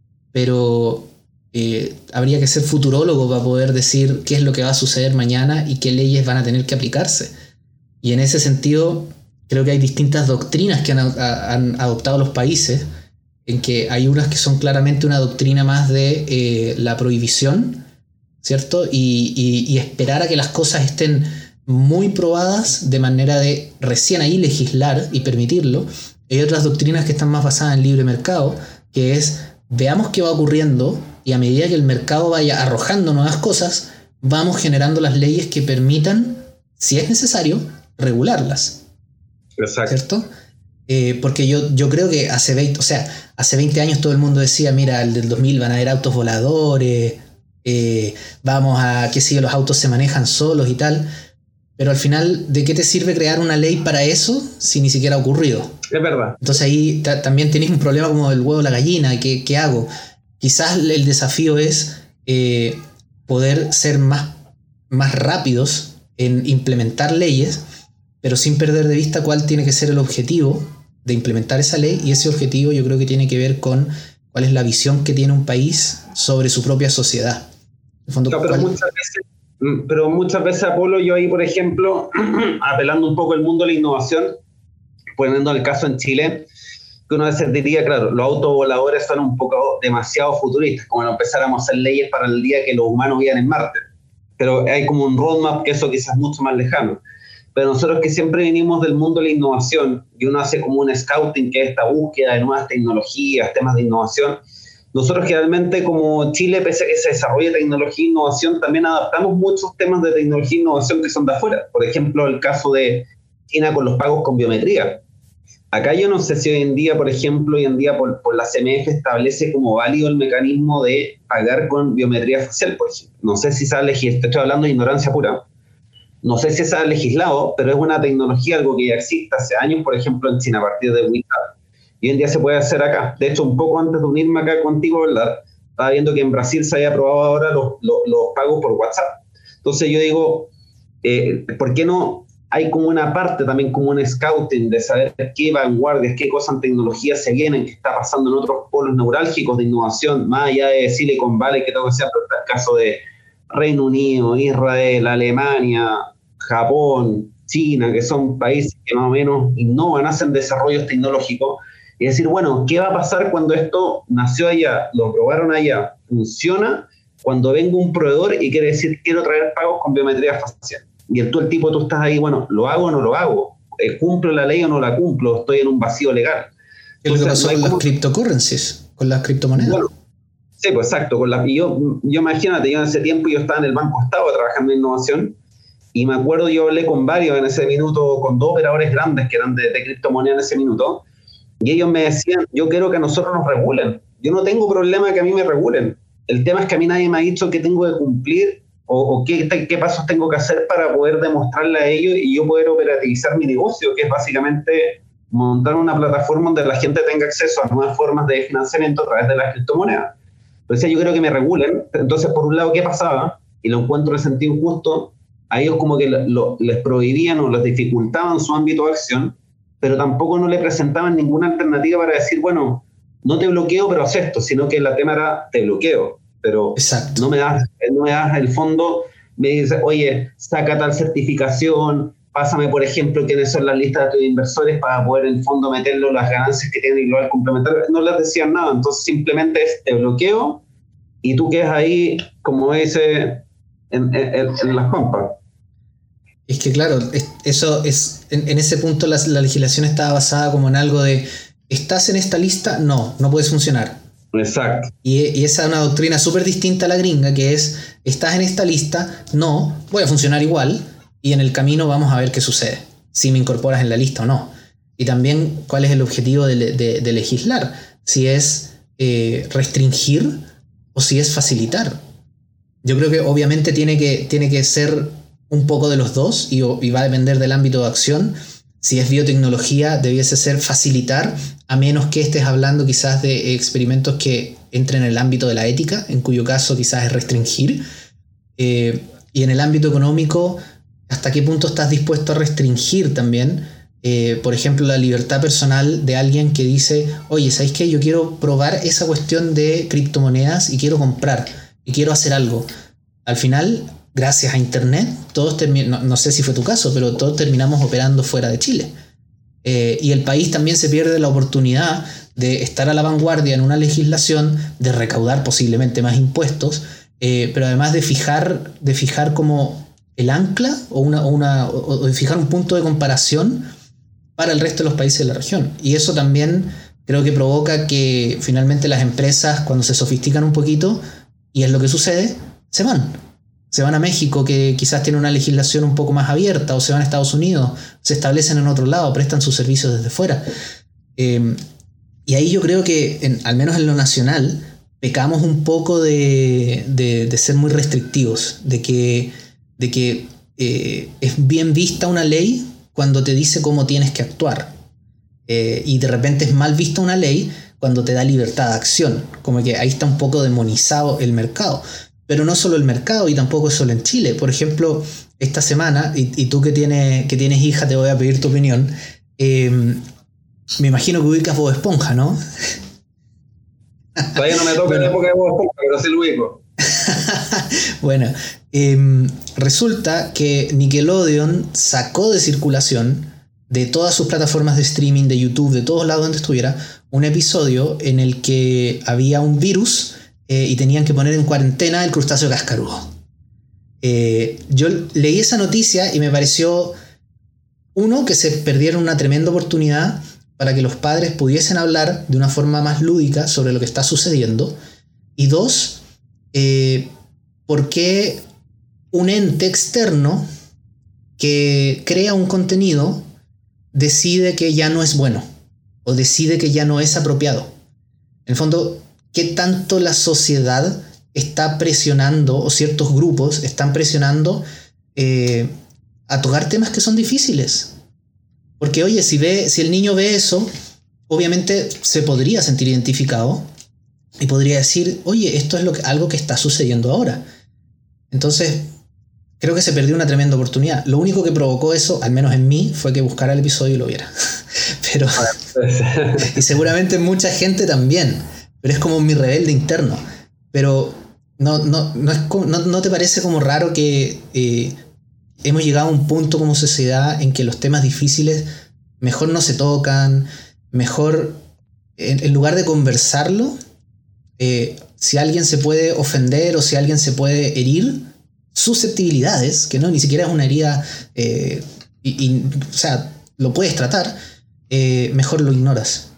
Pero eh, habría que ser futurólogo para poder decir qué es lo que va a suceder mañana y qué leyes van a tener que aplicarse. Y en ese sentido, creo que hay distintas doctrinas que han, a, han adoptado los países, en que hay unas que son claramente una doctrina más de eh, la prohibición, ¿cierto? Y, y, y esperar a que las cosas estén muy probadas de manera de recién ahí legislar y permitirlo. Hay otras doctrinas que están más basadas en libre mercado, que es veamos qué va ocurriendo y a medida que el mercado vaya arrojando nuevas cosas, vamos generando las leyes que permitan, si es necesario, regularlas. Exacto. ¿Cierto? Eh, porque yo, yo creo que hace veinte, o sea, hace veinte años todo el mundo decía, mira, el del dos mil van a haber autos voladores, eh, vamos a, qué sé yo, los autos se manejan solos y tal. Pero al final, ¿de qué te sirve crear una ley para eso si ni siquiera ha ocurrido? Es verdad. Entonces ahí ta- también tenés un problema como el huevo o la gallina. ¿Qué, qué hago? Quizás el desafío es eh, poder ser más, más rápidos en implementar leyes, pero sin perder de vista cuál tiene que ser el objetivo de implementar esa ley. Y ese objetivo yo creo que tiene que ver con cuál es la visión que tiene un país sobre su propia sociedad. En el fondo, No, pero ¿cuál? muchas veces Pero muchas veces, Apolo, yo ahí, por ejemplo, apelando un poco al mundo de la innovación, poniendo el caso en Chile, que uno a veces diría, claro, los autos voladores son un poco demasiado futuristas, como no empezáramos a hacer leyes para el día que los humanos vivan en Marte. Pero hay como un roadmap que eso quizás es mucho más lejano. Pero nosotros que siempre venimos del mundo de la innovación, y uno hace como un scouting, que es esta búsqueda de nuevas tecnologías, temas de innovación, nosotros generalmente como Chile, pese a que se desarrolla tecnología e innovación, también adaptamos muchos temas de tecnología e innovación que son de afuera. Por ejemplo, el caso de China con los pagos con biometría. Acá yo no sé si hoy en día, por ejemplo, hoy en día por, por la C M F establece como válido el mecanismo de pagar con biometría facial, por ejemplo. No sé si se ha legislado, estoy hablando de ignorancia pura. No sé si se ha legislado, pero es una tecnología, algo que ya existe hace años, por ejemplo, en China, a partir de WeChat. Y hoy en día se puede hacer acá. De hecho, un poco antes de unirme acá contigo, ¿verdad? Estaba viendo que en Brasil se había aprobado ahora los, los, los pagos por WhatsApp. Entonces yo digo, eh, ¿por qué no hay como una parte también como un scouting de saber qué vanguardias, qué cosas en tecnología se vienen, qué está pasando en otros polos neurálgicos de innovación, más allá de Silicon Valley, que tengo que decir, pero está el caso de Reino Unido, Israel, Alemania, Japón, China, que son países que más o menos innovan, hacen desarrollos tecnológicos, y decir, bueno, ¿qué va a pasar cuando esto nació allá, lo probaron allá, funciona, cuando venga un proveedor y quiere decir, quiero traer pagos con biometría facial? Y el, tú, el tipo, tú estás ahí, bueno, ¿lo hago o no lo hago? Eh, ¿Cumplo la ley o no la cumplo? ¿Estoy en un vacío legal? ¿Qué es lo que pasó no con como... las criptocurrencies, con las criptomonedas? Bueno, sí, pues exacto. Con la, y yo, yo imagínate, yo en ese tiempo yo estaba en el Banco Estado trabajando en innovación, y me acuerdo, yo hablé con varios en ese minuto, con dos operadores grandes que eran de, de criptomonedas en ese minuto, y ellos me decían, yo quiero que a nosotros nos regulen. Yo no tengo problema que a mí me regulen. El tema es que a mí nadie me ha dicho qué tengo que cumplir o, o qué, qué pasos tengo que hacer para poder demostrarle a ellos y yo poder operativizar mi negocio, que es básicamente montar una plataforma donde la gente tenga acceso a nuevas formas de financiamiento a través de las criptomonedas. Entonces yo creo que me regulen. Entonces, por un lado, ¿qué pasaba? Y lo encuentro en sentido injusto. A ellos como que lo, lo, les prohibían o les dificultaban su ámbito de acción, pero tampoco no le presentaban ninguna alternativa para decir, bueno, no te bloqueo, pero haz esto, sino que el tema era, te bloqueo, pero Exacto. no me das, no me das el fondo, me dice, oye, saca tal certificación, pásame, por ejemplo, quiénes son las listas de tus inversores para poder en el fondo meterlo las ganancias que tienen y global complementario. No les decían nada, entonces simplemente es, te bloqueo y tú quedas ahí, como dice, en, en, en las pampas. Es que claro, es, eso es en, en ese punto la, la legislación estaba basada como en algo de ¿estás en esta lista? No, no puedes funcionar. Exacto. Y, y esa es una doctrina súper distinta a la gringa, que es ¿estás en esta lista? No, voy a funcionar igual y en el camino vamos a ver qué sucede, si me incorporas en la lista o no. Y también cuál es el objetivo de, de, de legislar, si es eh, restringir o si es facilitar. Yo creo que obviamente tiene que, tiene que ser un poco de los dos y, y va a depender del ámbito de acción. Si es biotecnología, debiese ser facilitar, a menos que estés hablando quizás de experimentos que entren en el ámbito de la ética, en cuyo caso quizás es restringir. Eh, y en el ámbito económico, ¿hasta qué punto estás dispuesto a restringir también Eh, por ejemplo, la libertad personal de alguien que dice, oye, ¿sabéis qué? Yo quiero probar esa cuestión de criptomonedas y quiero comprar y quiero hacer algo. Al final, gracias a Internet, todos termi- no, no sé si fue tu caso, pero todos terminamos operando fuera de Chile. Eh, y el país también se pierde la oportunidad de estar a la vanguardia en una legislación, de recaudar posiblemente más impuestos, eh, pero además de fijar, de fijar como el ancla o, una, o, una, o de fijar un punto de comparación para el resto de los países de la región. Y eso también creo que provoca que finalmente las empresas, cuando se sofistican un poquito, y es lo que sucede, se van. Se van a México, que quizás tiene una legislación un poco más abierta, o se van a Estados Unidos, se establecen en otro lado, prestan sus servicios desde fuera. Eh, y ahí yo creo que, en, al menos en lo nacional, pecamos un poco de, de, de ser muy restrictivos, de que, de que eh, es bien vista una ley cuando te dice cómo tienes que actuar. Eh, y de repente es mal vista una ley cuando te da libertad de acción. Como que ahí está un poco demonizado el mercado. Pero no solo el mercado, y tampoco es solo en Chile. Por ejemplo, esta semana, y, y tú que tienes, que tienes hija, te voy a pedir tu opinión. Eh, me imagino que ubicas Bob Esponja, ¿no? Todavía no me toca bueno. La época de Bob Esponja, pero sí lo ubico. Bueno, eh, resulta que Nickelodeon sacó de circulación de todas sus plataformas de streaming, de YouTube, de todos lados donde estuviera, un episodio en el que había un virus eh, y tenían que poner en cuarentena el crustáceo cascarudo. Eh, yo leí esa noticia y me pareció, uno, que se perdieron una tremenda oportunidad para que los padres pudiesen hablar de una forma más lúdica sobre lo que está sucediendo, y dos, eh, ¿por qué un ente externo que crea un contenido decide que ya no es bueno o decide que ya no es apropiado? En el fondo, ¿qué tanto la sociedad está presionando, o ciertos grupos están presionando eh, a tocar temas que son difíciles? Porque, oye, si, ve, si el niño ve eso, obviamente se podría sentir identificado y podría decir, oye, esto es lo que, algo que está sucediendo ahora. Entonces, creo que se perdió una tremenda oportunidad. Lo único que provocó eso, al menos en mí, fue que buscara el episodio y lo viera. Pero, y seguramente mucha gente también. Pero es como mi rebelde interno. Pero no, no, no, es como, no, ¿no te parece como raro que eh, hemos llegado a un punto como sociedad en que los temas difíciles mejor no se tocan, mejor, en, en lugar de conversarlo, eh, si alguien se puede ofender o si alguien se puede herir, susceptibilidades, que no, ni siquiera es una herida, eh, y, y, o sea, lo puedes tratar, eh, mejor lo ignoras.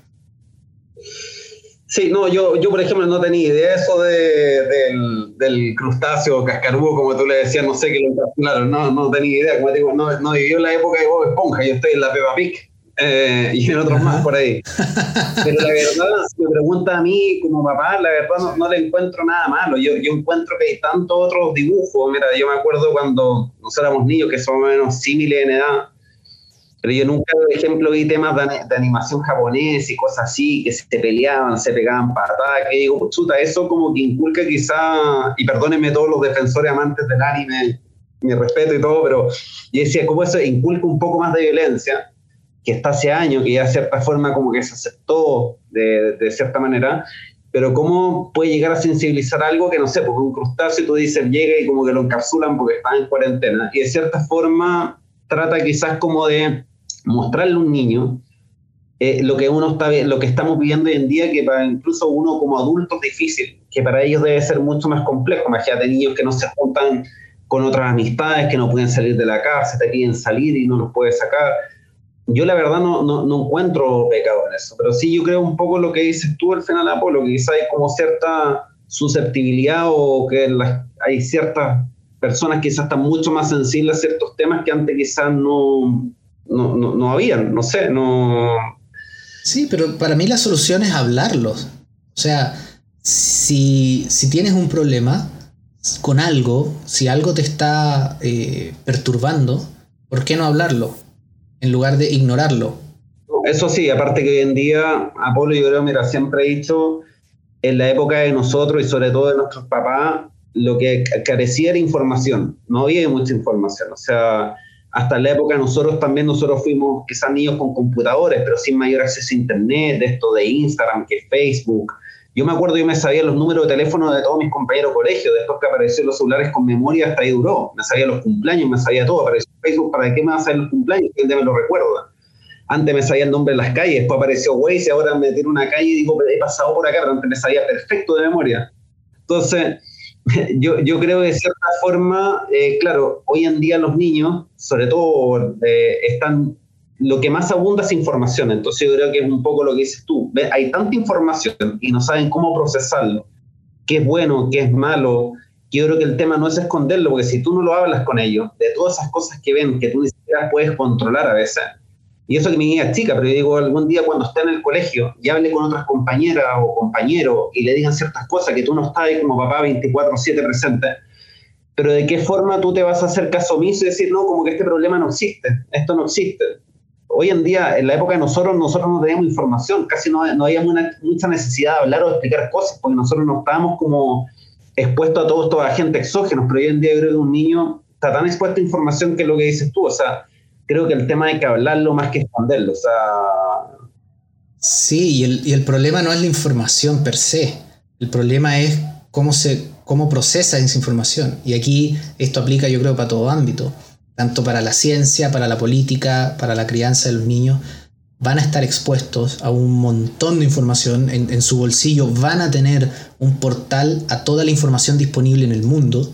Sí, no, yo, yo por ejemplo no tenía idea de eso de, del, del crustáceo cascarudo, como tú le decías, no sé qué lo encapsularon, no, no tenía idea, como te digo, no, no vivió en la época de Bob Esponja, yo estoy en la Peppa Pig eh, y en otros Ajá. más por ahí. Pero la verdad, si me pregunta a mí como papá, la verdad no, no le encuentro nada malo. Yo, yo encuentro que hay tantos otros dibujos. Mira, yo me acuerdo cuando nosotros éramos niños, que somos más o menos similares en edad, pero yo nunca, por ejemplo, vi temas de, de animación japonesa y cosas así, que se peleaban, se pegaban patadas, que digo, chuta, eso como que inculca quizá, y perdónenme todos los defensores amantes del anime, mi respeto y todo, pero yo decía, ¿cómo eso inculca un poco más de violencia? Que está hace años, que ya de cierta forma como que se aceptó de, de cierta manera, pero cómo puede llegar a sensibilizar algo que no sé, porque un crustáceo tú dices, llega y como que lo encapsulan porque está en cuarentena, y de cierta forma trata quizás como de mostrarle a un niño eh, lo que uno está lo que estamos viviendo hoy en día, que para incluso uno como adulto es difícil, que para ellos debe ser mucho más complejo. Imagínate niños que no se juntan con otras amistades, que no pueden salir de la casa, te piden salir y no los puedes sacar. Yo la verdad no, no, no encuentro pecado en eso, pero sí yo creo un poco lo que dices tú al final, Apolo, que quizás hay como cierta susceptibilidad o que las, hay ciertas personas que quizás están mucho más sensibles a ciertos temas que antes quizás no, no, no, no habían, no sé, no... Sí, pero para mí la solución es hablarlos. O sea, si, si tienes un problema con algo, si algo te está eh, perturbando, ¿por qué no hablarlo? En lugar de ignorarlo. Eso sí, aparte que hoy en día, Apolo, yo creo, mira, siempre he dicho, en la época de nosotros y sobre todo de nuestros papás, lo que carecía era información, no había mucha información, o sea, hasta la época nosotros también, nosotros fuimos quizás niños con computadores, pero sin mayor acceso a internet, de esto de Instagram, que Facebook. Yo me acuerdo, yo me sabía los números de teléfono de todos mis compañeros de colegio, después que aparecieron los celulares con memoria, hasta ahí duró. Me sabía los cumpleaños, me sabía todo. Apareció Facebook, ¿para qué me va a saber los cumpleaños? ¿Quién me lo recuerda? Antes me sabía el nombre de las calles, después apareció Waze y ahora me tiro una calle y digo, he pasado por acá, pero antes me sabía perfecto de memoria. Entonces, yo, yo creo que de cierta forma, eh, claro, hoy en día los niños, sobre todo, eh, están... Lo que más abunda es información, entonces yo creo que es un poco lo que dices tú. ¿Ves? Hay tanta información y no saben cómo procesarlo, qué es bueno, qué es malo, que yo creo que el tema no es esconderlo, porque si tú no lo hablas con ellos, de todas esas cosas que ven, que tú ni siquiera puedes controlar a veces, y eso que mi niña es chica, pero yo digo, algún día cuando esté en el colegio y hable con otras compañeras o compañeros y le digan ciertas cosas que tú no estás ahí como papá veinticuatro siete presente, pero de qué forma tú te vas a hacer caso omiso y decir, no, como que este problema no existe, esto no existe. Hoy en día, en la época de nosotros, nosotros no teníamos información, casi no, no había una, mucha necesidad de hablar o de explicar cosas, porque nosotros no estábamos como expuestos a todos estos agentes exógenos, pero hoy en día yo creo que un niño está tan expuesto a información que es lo que dices tú, o sea, creo que el tema hay que hablarlo más que esconderlo, o sea... Sí, y el, y el problema no es la información per se, el problema es cómo, se, cómo procesa esa información, y aquí esto aplica yo creo para todo ámbito. Tanto para la ciencia, para la política, para la crianza de los niños, van a estar expuestos a un montón de información. En, en su bolsillo van a tener un portal a toda la información disponible en el mundo.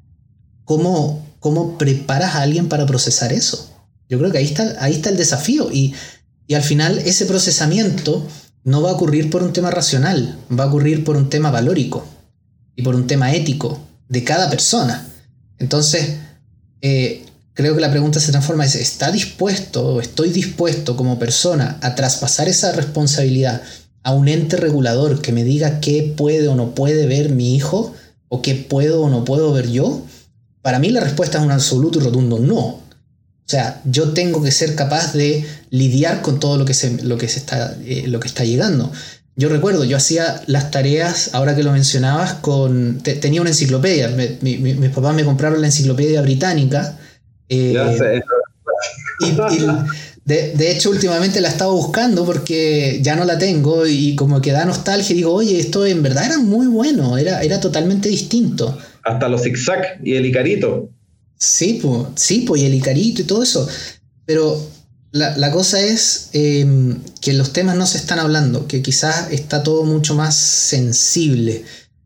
¿Cómo, cómo preparas a alguien para procesar eso? Yo creo que ahí está, ahí está el desafío. Y, y al final ese procesamiento no va a ocurrir por un tema racional, va a ocurrir por un tema valórico y por un tema ético de cada persona. Entonces... Eh, creo que la pregunta se transforma en, ¿está dispuesto o estoy dispuesto como persona a traspasar esa responsabilidad a un ente regulador que me diga qué puede o no puede ver mi hijo o qué puedo o no puedo ver yo? Para mí la respuesta es un absoluto y rotundo no. O sea, yo tengo que ser capaz de lidiar con todo lo que, se, lo que, se está, eh, lo que está llegando. Yo recuerdo, yo hacía las tareas, ahora que lo mencionabas, con te, tenía una enciclopedia. Me, mi, mi, mis papás me compraron la enciclopedia británica. Eh, ya sé. Y, y de, de hecho últimamente la estaba buscando porque ya no la tengo y como que da nostalgia y digo, oye, esto en verdad era muy bueno, era, era totalmente distinto. Hasta los zigzag y el Icarito. Sí, pues, sí, pues, y el Icarito y todo eso. Pero la, la cosa es eh, que los temas no se están hablando, que quizás está todo mucho más sensible.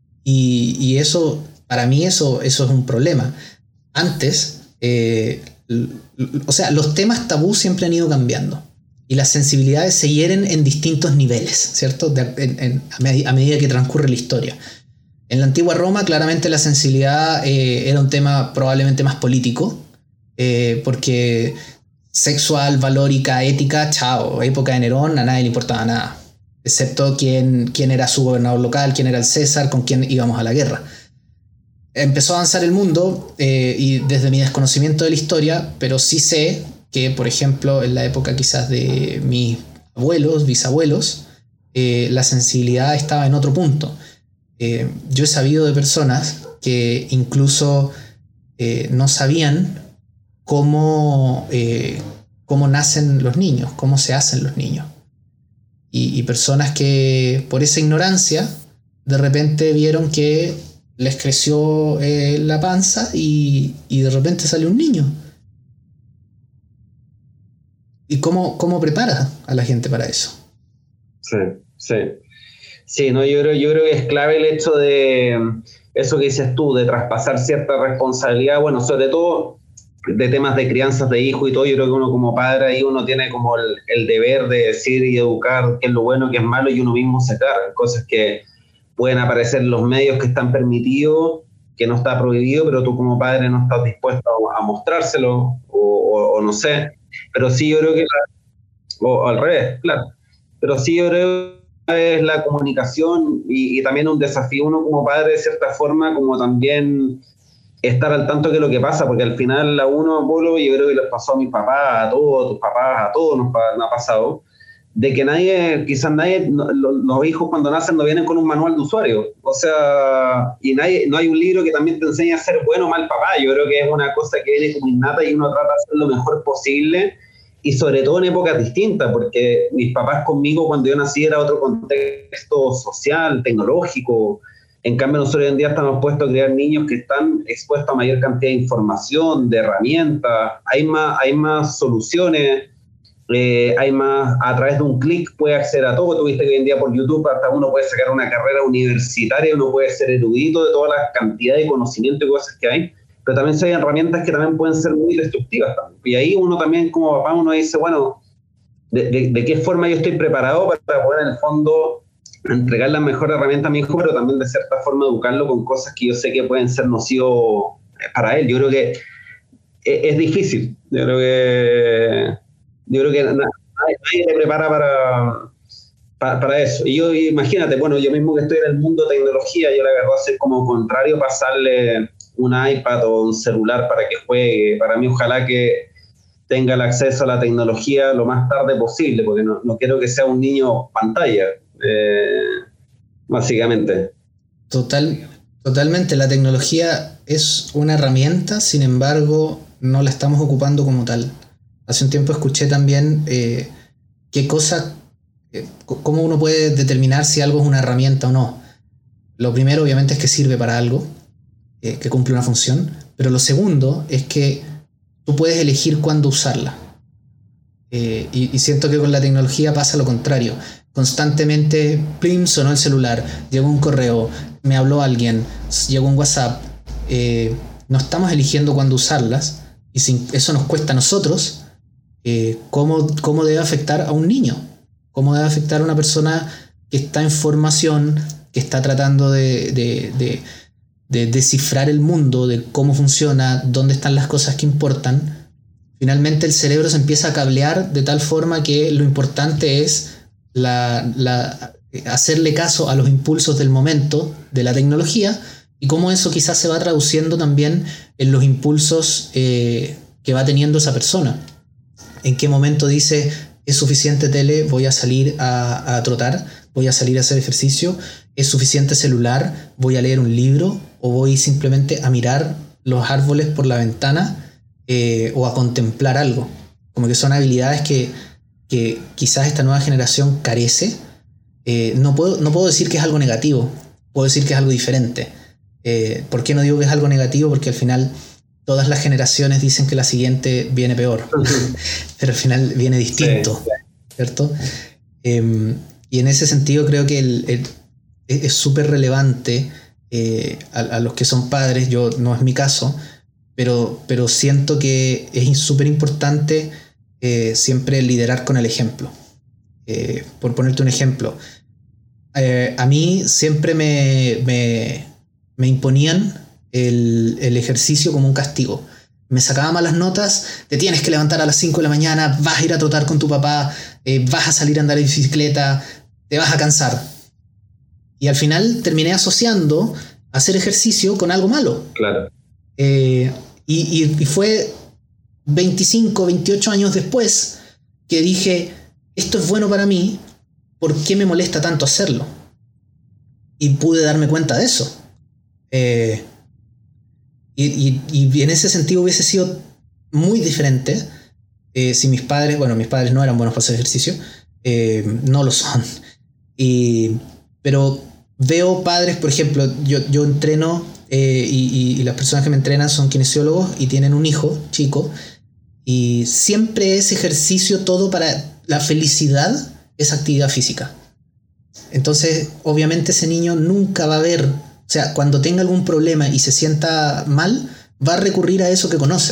Y, y eso, para mí eso, eso es un problema. Antes... Eh, o sea, los temas tabú siempre han ido cambiando y las sensibilidades se hieren en distintos niveles, ¿cierto? De, en, en, a, med- a medida que transcurre la historia. En la antigua Roma, claramente la sensibilidad eh, era un tema probablemente más político, eh, porque sexual, valórica, ética, chao, época de Nerón, a nadie le importaba nada, excepto quién, quién era su gobernador local, quién era el César, con quién íbamos a la guerra. Empezó a avanzar el mundo eh, y desde mi desconocimiento de la historia, pero sí sé que, por ejemplo, en la época quizás de mis abuelos, bisabuelos, eh, la sensibilidad estaba en otro punto. Eh, yo he sabido de personas que incluso eh, no sabían cómo, eh, cómo nacen los niños, cómo se hacen los niños. Y, y personas que por esa ignorancia de repente vieron que les creció eh, la panza y, y de repente sale un niño. ¿Y cómo, cómo preparas a la gente para eso? Sí, sí. Sí, no, yo creo, yo creo que es clave el hecho de eso que dices tú, de traspasar cierta responsabilidad, bueno, sobre todo de temas de crianzas de hijos y todo. Yo creo que uno como padre ahí uno tiene como el, el deber de decir y educar qué es lo bueno, qué es malo, y uno mismo sacar cosas que pueden aparecer en los medios que están permitidos, que no está prohibido, pero tú como padre no estás dispuesto a mostrárselo, o, o, o no sé. Pero sí yo creo que, la, o, o al revés, claro. Pero sí yo creo que es la comunicación y, y también un desafío uno como padre de cierta forma, como también estar al tanto de lo que pasa, porque al final a uno, Polo, yo creo que les pasó a mis papás, a todos, a tus papás, a todos nos, nos ha pasado, de que nadie, quizás nadie, no, los, los hijos cuando nacen no vienen con un manual de usuario, o sea, y nadie, no hay un libro que también te enseñe a ser bueno o mal papá. Yo creo que es una cosa que viene como innata y uno trata de hacer lo mejor posible, y sobre todo en épocas distintas, porque mis papás conmigo cuando yo nací era otro contexto social, tecnológico. En cambio nosotros hoy en día estamos puestos a criar niños que están expuestos a mayor cantidad de información, de herramientas, hay más, hay más soluciones. Eh, hay más, a través de un clic puede acceder a todo. Tú viste que hoy en día por YouTube hasta uno puede sacar una carrera universitaria, uno puede ser erudito de toda la cantidad de conocimiento y cosas que hay, pero también hay herramientas que también pueden ser muy destructivas también. Y ahí uno también como papá, uno dice, bueno, de, de, de qué forma yo estoy preparado para poder en el fondo entregar la mejor herramienta a mi hijo, pero también de cierta forma educarlo con cosas que yo sé que pueden ser nocivos para él. Yo creo que es, es difícil, yo creo que Yo creo que nadie, nadie se prepara para, para, para eso. Y yo, imagínate, bueno, yo mismo que estoy en el mundo de tecnología, yo la verdad ser como contrario, pasarle un iPad o un celular para que juegue. Para mí, ojalá que tenga el acceso a la tecnología lo más tarde posible, porque no, no quiero que sea un niño pantalla, eh, básicamente. Total, totalmente. La tecnología es una herramienta, sin embargo, no la estamos ocupando como tal. Hace un tiempo escuché también eh, qué cosa, eh, cómo uno puede determinar si algo es una herramienta o no. Lo primero, obviamente, es que sirve para algo, eh, que cumple una función, pero lo segundo es que tú puedes elegir cuándo usarla. Eh, y, y siento que con la tecnología pasa lo contrario. Constantemente, plim, sonó el celular, llegó un correo, me habló alguien, llegó un WhatsApp. Eh, no estamos eligiendo cuándo usarlas, y si eso nos cuesta a nosotros. Eh, cómo, cómo debe afectar a un niño, cómo debe afectar a una persona que está en formación, que está tratando de, de, de, de descifrar el mundo, de cómo funciona, dónde están las cosas que importan. Finalmente el cerebro se empieza a cablear de tal forma que lo importante es la, la, hacerle caso a los impulsos del momento de la tecnología, y cómo eso quizás se va traduciendo también en los impulsos eh, que va teniendo esa persona. En qué momento dice, es suficiente tele, voy a salir a, a trotar, voy a salir a hacer ejercicio, es suficiente celular, voy a leer un libro, o voy simplemente a mirar los árboles por la ventana, eh, o a contemplar algo. Como que son habilidades que, que quizás esta nueva generación carece. Eh, no puedo, no puedo decir que es algo negativo, puedo decir que es algo diferente. Eh, ¿Por qué no digo que es algo negativo? Porque al final todas las generaciones dicen que la siguiente viene peor, pero al final viene distinto, sí, ¿cierto? Eh, y en ese sentido creo que el, el, es súper relevante eh, a, a los que son padres. Yo no es mi caso, pero, pero siento que es súper importante eh, siempre liderar con el ejemplo. Eh, por ponerte un ejemplo, eh, a mí siempre me, me, me imponían El, el ejercicio como un castigo. Me sacaba malas notas, te tienes que levantar a las cinco de la mañana, vas a ir a trotar con tu papá, eh, vas a salir a andar en bicicleta, te vas a cansar. Y al final terminé asociando hacer ejercicio con algo malo. Claro. Eh, y, y, y fue veinticinco, veintiocho años después que dije, esto es bueno para mí, ¿por qué me molesta tanto hacerlo? Y pude darme cuenta de eso. Eh, Y, y, y en ese sentido hubiese sido muy diferente eh, si mis padres, bueno, mis padres no eran buenos para hacer ejercicio, eh, no lo son. Y, pero veo padres, por ejemplo, yo, yo entreno eh, y, y las personas que me entrenan son kinesiólogos y tienen un hijo chico, y siempre es ejercicio, todo para la felicidad es actividad física. Entonces, obviamente ese niño nunca va a ver. O sea, cuando tenga algún problema y se sienta mal, va a recurrir a eso que conoce.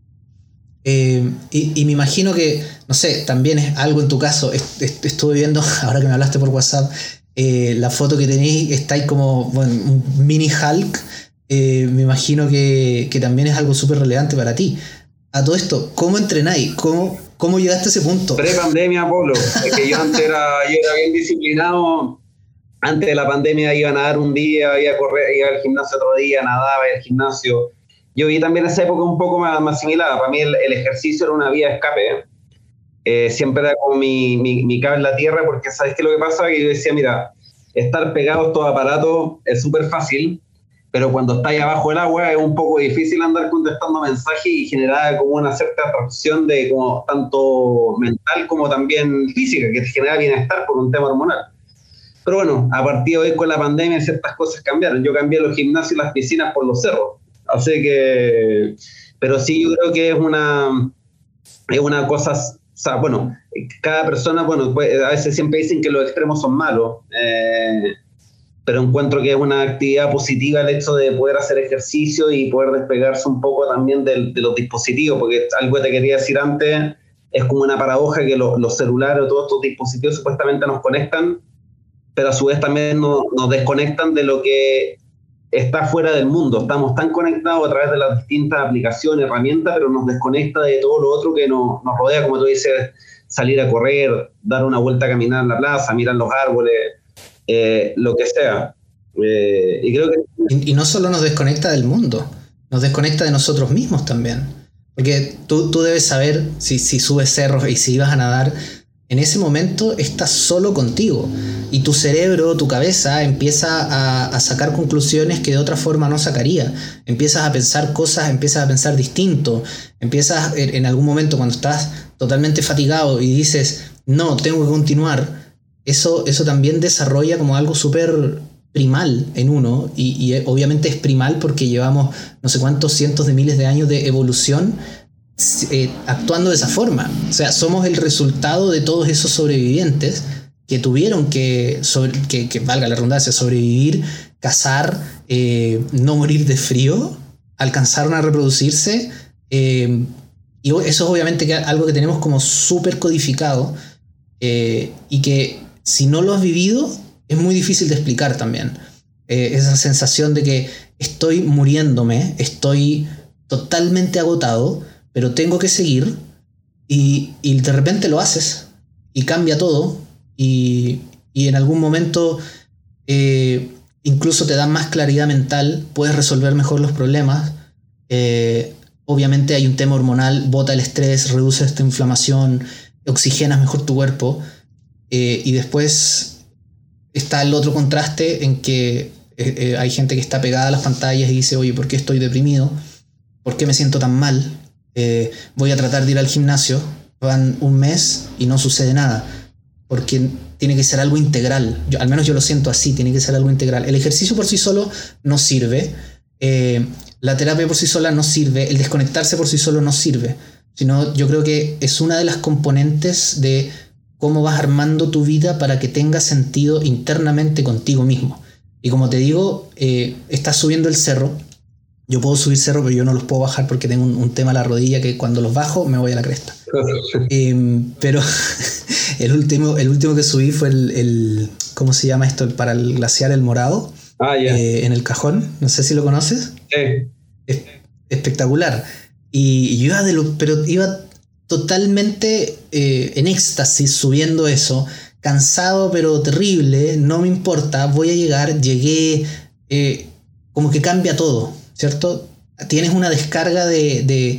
Eh, y, y me imagino que, no sé, también es algo en tu caso. Est- est- estuve viendo, ahora que me hablaste por WhatsApp, eh, la foto que tenéis, estáis como, bueno, un mini Hulk. Eh, me imagino que, que también es algo súper relevante para ti. A todo esto, ¿cómo entrenáis? ¿Cómo, cómo llegaste a ese punto? Pre-pandemia, Pablo. Es que yo antes era, yo era bien disciplinado. Antes de la pandemia iba a nadar un día, iba a correr, iba al gimnasio otro día, nadaba en el gimnasio. Yo vi también esa época un poco más, más similar. Para mí el, el ejercicio era una vía de escape, ¿eh? eh, siempre era como mi, mi, mi cable en la tierra, porque ¿sabes qué es lo que pasa? Que yo decía, mira, estar pegados a estos aparatos es súper fácil, pero cuando estáis abajo del agua es un poco difícil andar contestando mensajes y generar como una cierta atracción de como tanto mental como también física, que te genera bienestar por un tema hormonal. Pero bueno, a partir de hoy con la pandemia ciertas cosas cambiaron. Yo cambié los gimnasios y las piscinas por los cerros. Así que, pero sí, yo creo que es una, es una cosa, o sea, bueno, cada persona, bueno, pues, a veces siempre dicen que los extremos son malos, eh, pero encuentro que es una actividad positiva el hecho de poder hacer ejercicio y poder despegarse un poco también de, de los dispositivos, porque algo que te quería decir antes, es como una paradoja que lo, los celulares o todos estos dispositivos supuestamente nos conectan, pero a su vez también nos, nos desconectan de lo que está fuera del mundo. Estamos tan conectados a través de las distintas aplicaciones, herramientas, pero nos desconecta de todo lo otro que nos, nos rodea, como tú dices, salir a correr, dar una vuelta a caminar en la plaza, mirar los árboles, eh, lo que sea. Eh, y, creo que... y, y no solo nos desconecta del mundo, nos desconecta de nosotros mismos también. Porque tú, tú debes saber, si, si subes cerros y si ibas a nadar, en ese momento estás solo contigo y tu cerebro, tu cabeza empieza a, a sacar conclusiones que de otra forma no sacaría. Empiezas a pensar cosas, empiezas a pensar distinto. Empiezas en, en algún momento cuando estás totalmente fatigado y dices, no, tengo que continuar. Eso, eso también desarrolla como algo súper primal en uno y, y obviamente es primal porque llevamos no sé cuántos cientos de miles de años de evolución Eh, actuando de esa forma. O sea, somos el resultado de todos esos sobrevivientes que tuvieron que, sobre, que, que valga la redundancia, sobrevivir, cazar, eh, no morir de frío, alcanzaron a reproducirse, eh, y eso es obviamente que algo que tenemos como súper codificado, eh, y que si no lo has vivido es muy difícil de explicar también. Eh, esa sensación de que estoy muriéndome, estoy totalmente agotado, pero tengo que seguir, y, y de repente lo haces y cambia todo, y, y en algún momento eh, incluso te da más claridad mental, puedes resolver mejor los problemas. Eh, obviamente hay un tema hormonal, bota el estrés, reduce esta inflamación, oxigenas mejor tu cuerpo, eh, y después está el otro contraste en que eh, eh, hay gente que está pegada a las pantallas y dice, oye, ¿por qué estoy deprimido? ¿Por qué me siento tan mal? Eh, voy a tratar de ir al gimnasio, van un mes y no sucede nada, porque tiene que ser algo integral. Yo, al menos yo lo siento así, tiene que ser algo integral. El ejercicio por sí solo no sirve, eh, la terapia por sí sola no sirve, el desconectarse por sí solo no sirve, sino yo creo que es una de las componentes de cómo vas armando tu vida para que tenga sentido internamente contigo mismo. Y como te digo, eh, estás subiendo el cerro. Yo puedo subir cerros, pero yo no los puedo bajar porque tengo un, un tema a la rodilla que cuando los bajo me voy a la cresta. eh, pero el último, el último que subí fue el, el ¿cómo se llama esto? Para el glaciar El Morado, ah, yeah. eh, en el Cajón. No sé si lo conoces. Sí. Es, espectacular. Y, y yo iba de lo, pero iba totalmente eh, en éxtasis subiendo eso, cansado pero terrible. No me importa, voy a llegar. Llegué, eh, como que cambia todo, ¿cierto? Tienes una descarga de, de,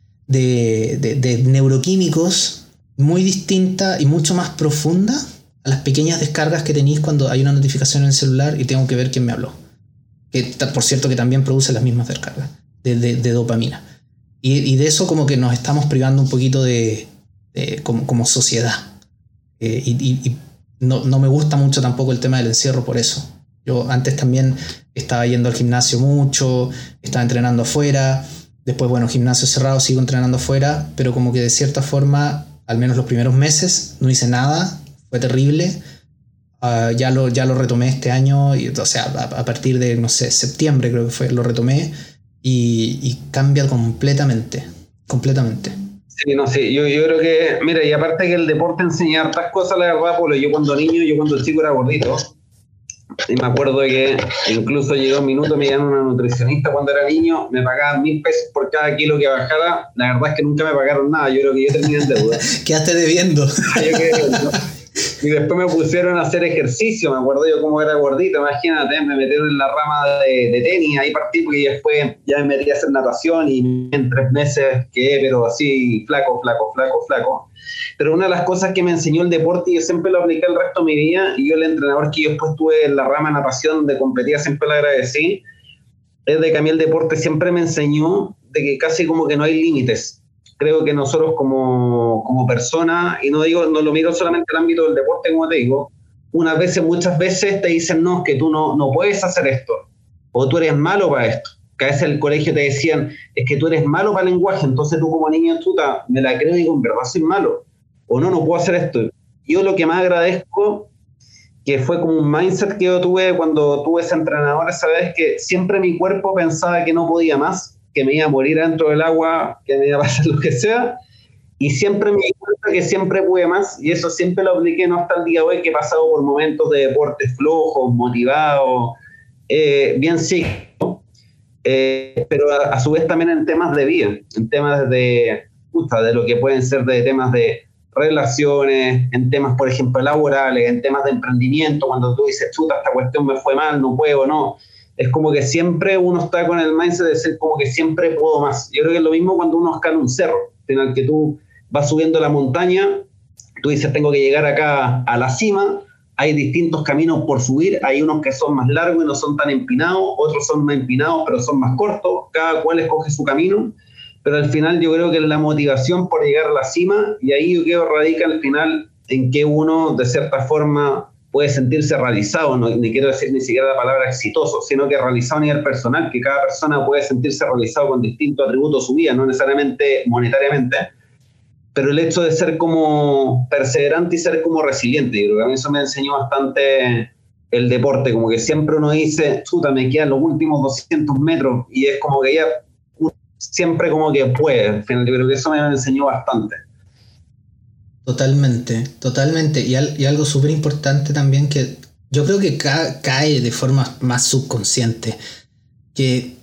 de, de, de neuroquímicos muy distinta y mucho más profunda a las pequeñas descargas que tenéis cuando hay una notificación en el celular y tengo que ver quién me habló. Que, por cierto, que también produce las mismas descargas de, de, de dopamina. Y, y de eso como que nos estamos privando un poquito de, de como, como sociedad. Eh, y y, y no, no me gusta mucho tampoco el tema del encierro por eso. Yo antes también estaba yendo al gimnasio mucho, estaba entrenando afuera, después, bueno, gimnasio cerrado, sigo entrenando afuera, pero como que de cierta forma, al menos los primeros meses, no hice nada, fue terrible. Uh, ya, lo, ya lo retomé este año, y, o sea, a, a partir de, no sé, septiembre creo que fue, lo retomé, y, y cambia completamente, completamente. Sí, no sé, sí, yo, yo creo que, mira, y aparte que el deporte enseña hartas cosas, la verdad, porque yo cuando niño, yo cuando chico era gordito, y me acuerdo que incluso llegó un minuto, me llamó una nutricionista cuando era niño, me pagaban mil pesos por cada kilo que bajara. La verdad es que nunca me pagaron nada, yo creo que yo terminé en deuda. Quedaste debiendo. Yo quedé debiendo. Y después me pusieron a hacer ejercicio, me acuerdo yo cómo era gordito, imagínate, me metieron en la rama de, de tenis, ahí partí, porque después ya me metí a hacer natación y en tres meses quedé, pero así, flaco, flaco, flaco, flaco. Pero una de las cosas que me enseñó el deporte, y yo siempre lo apliqué el resto de mi vida, y yo el entrenador que yo después tuve en la rama de natación donde competía, siempre le agradecí, es de que a mí el deporte siempre me enseñó de que casi como que no hay límites. Creo que nosotros como, como personas, y no digo, no lo miro solamente en el ámbito del deporte, como te digo, unas veces, muchas veces te dicen, no, que tú no, no puedes hacer esto, o tú eres malo para esto. Que a veces en el colegio te decían, es que tú eres malo para el lenguaje, entonces tú como niño astuta, me la creo y digo, en verdad soy malo, o no, no puedo hacer esto. Yo lo que más agradezco, que fue como un mindset que yo tuve cuando tuve ese entrenador, esa vez, que siempre mi cuerpo pensaba que no podía más, que me iba a morir dentro del agua, que me iba a pasar lo que sea, y siempre me di cuenta que siempre pude más, y eso siempre lo apliqué, no hasta el día de hoy, que he pasado por momentos de deportes flojos, motivados, eh, bien sí, eh, pero a, a su vez también en temas de vida, en temas de, puta, de lo que pueden ser de temas de relaciones, en temas, por ejemplo, laborales, en temas de emprendimiento, cuando tú dices, chuta, esta cuestión me fue mal, no puedo, no. Es como que siempre uno está con el mindset de ser como que siempre puedo más. Yo creo que es lo mismo cuando uno escala un cerro, en el que tú vas subiendo la montaña, tú dices, tengo que llegar acá a la cima, hay distintos caminos por subir, hay unos que son más largos y no son tan empinados, otros son más empinados pero son más cortos, cada cual escoge su camino, pero al final yo creo que es la motivación por llegar a la cima, y ahí yo creo que radica al final en que uno de cierta forma puede sentirse realizado, no ni quiero decir ni siquiera la palabra exitoso, sino que realizado a nivel personal, que cada persona puede sentirse realizado con distintos atributos de su vida, no necesariamente monetariamente, pero el hecho de ser como perseverante y ser como resiliente, yo creo que a mí eso me enseñó bastante el deporte, como que siempre uno dice, chuta, me quedan los últimos doscientos metros, y es como que ya siempre como que puede, al final yo creo que eso me enseñó bastante. Totalmente, totalmente. Y, al, y algo súper importante también que yo creo que ca, cae de forma más subconsciente, que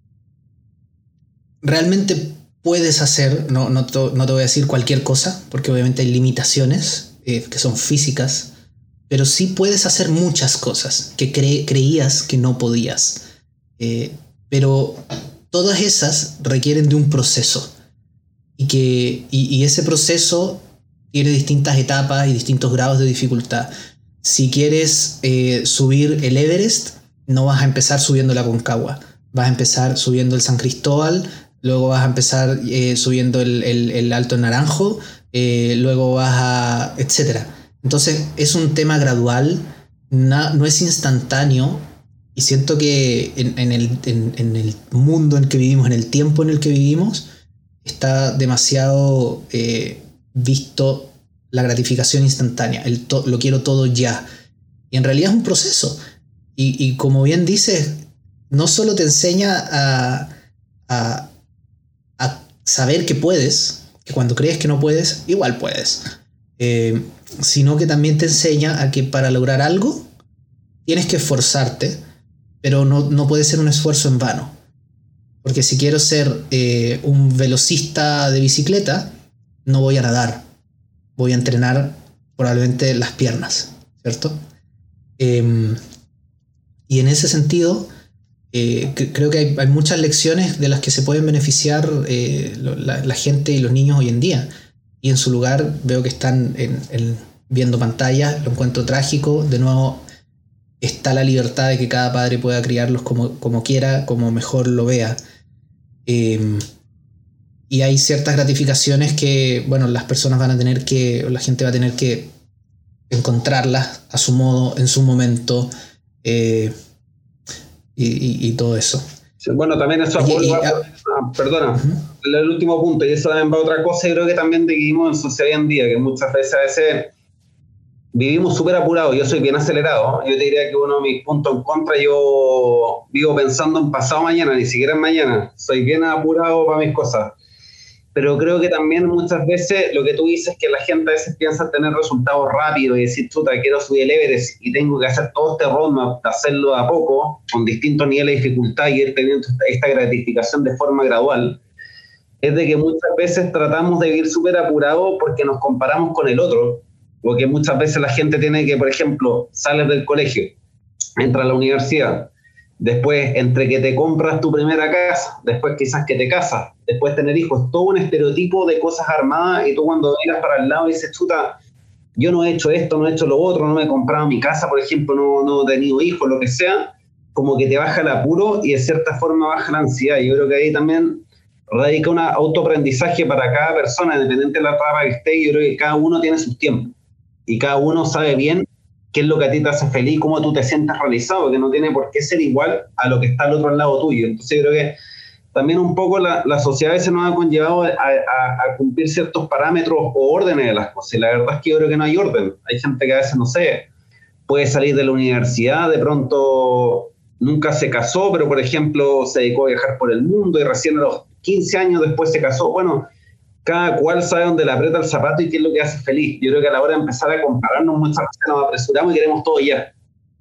realmente puedes hacer, no, no, to, no te voy a decir cualquier cosa, porque obviamente hay limitaciones eh, que son físicas, pero sí puedes hacer muchas cosas que cre, creías que no podías. Eh, pero todas esas requieren de un proceso, y, que, y, y ese proceso tiene distintas etapas y distintos grados de dificultad. Si quieres eh, subir el Everest, no vas a empezar subiendo la Aconcagua, vas a empezar subiendo el San Cristóbal, luego vas a empezar eh, subiendo el, el, el Alto Naranjo, eh, luego vas a... etcétera. Entonces es un tema gradual, na, no es instantáneo, y siento que en, en, el, en, en el mundo en el que vivimos, en el tiempo en el que vivimos, está demasiado... Eh, visto la gratificación instantánea, el to- lo quiero todo ya, y en realidad es un proceso, y, y como bien dices, no solo te enseña a, a, a saber que puedes, que cuando crees que no puedes, igual puedes, eh, sino que también te enseña a que para lograr algo tienes que esforzarte, pero no, no puede ser un esfuerzo en vano, porque si quiero ser eh, un velocista de bicicleta, no voy a nadar, voy a entrenar probablemente las piernas, ¿cierto? Eh, y en ese sentido, eh, c- creo que hay, hay muchas lecciones de las que se pueden beneficiar eh, la, la gente y los niños hoy en día. Y en su lugar veo que están en, en, viendo pantallas, lo encuentro trágico. De nuevo, está la libertad de que cada padre pueda criarlos como, como quiera, como mejor lo vea. Eh, Y hay ciertas gratificaciones que, bueno, las personas van a tener que, o la gente va a tener que encontrarlas a su modo, en su momento, eh, y, y, y todo eso. Sí, bueno, también eso Oye, y, va, ah, ah, perdona, uh-huh. el último punto, y eso también va a otra cosa, y creo que también vivimos en sociedad hoy en día, que muchas veces a veces vivimos súper apurados. Yo soy bien acelerado, yo te diría que uno de mis puntos en contra, yo vivo pensando en pasado mañana, ni siquiera en mañana, soy bien apurado para mis cosas. Pero creo que también muchas veces lo que tú dices es que la gente a veces piensa tener resultados rápidos y decir, chuta, quiero subir el Everest y tengo que hacer todo este roadmap, hacerlo de a poco, con distintos niveles de dificultad y ir teniendo esta gratificación de forma gradual. Es de que muchas veces tratamos de vivir súper apurados porque nos comparamos con el otro, Porque muchas veces la gente tiene que, por ejemplo, sales del colegio, entras a la universidad, después entre que te compras tu primera casa, después quizás que te casas, después tener hijos, todo un estereotipo de cosas armadas, y tú cuando miras para el lado dices, chuta, yo no he hecho esto, no he hecho lo otro, no me he comprado mi casa, por ejemplo, no, no he tenido hijos, lo que sea, como que te baja el apuro y de cierta forma baja la ansiedad. Yo creo que ahí también radica un autoaprendizaje para cada persona, independiente de la etapa que esté. Yo creo que cada uno tiene sus tiempos y cada uno sabe bien qué es lo que a ti te hace feliz, cómo tú te sientes realizado, que no tiene por qué ser igual a lo que está al otro lado tuyo. Entonces yo creo que también un poco la, la sociedad a veces nos ha conllevado a, a, a cumplir ciertos parámetros o órdenes de las cosas, y la verdad es que yo creo que no hay orden. Hay gente que a veces, no sé, puede salir de la universidad, de pronto nunca se casó, pero por ejemplo se dedicó a viajar por el mundo y recién a los quince años después se casó. Bueno, cada cual sabe dónde le aprieta el zapato y qué es lo que hace feliz. Yo creo que a la hora de empezar a compararnos muchas veces nos apresuramos y queremos todo ya.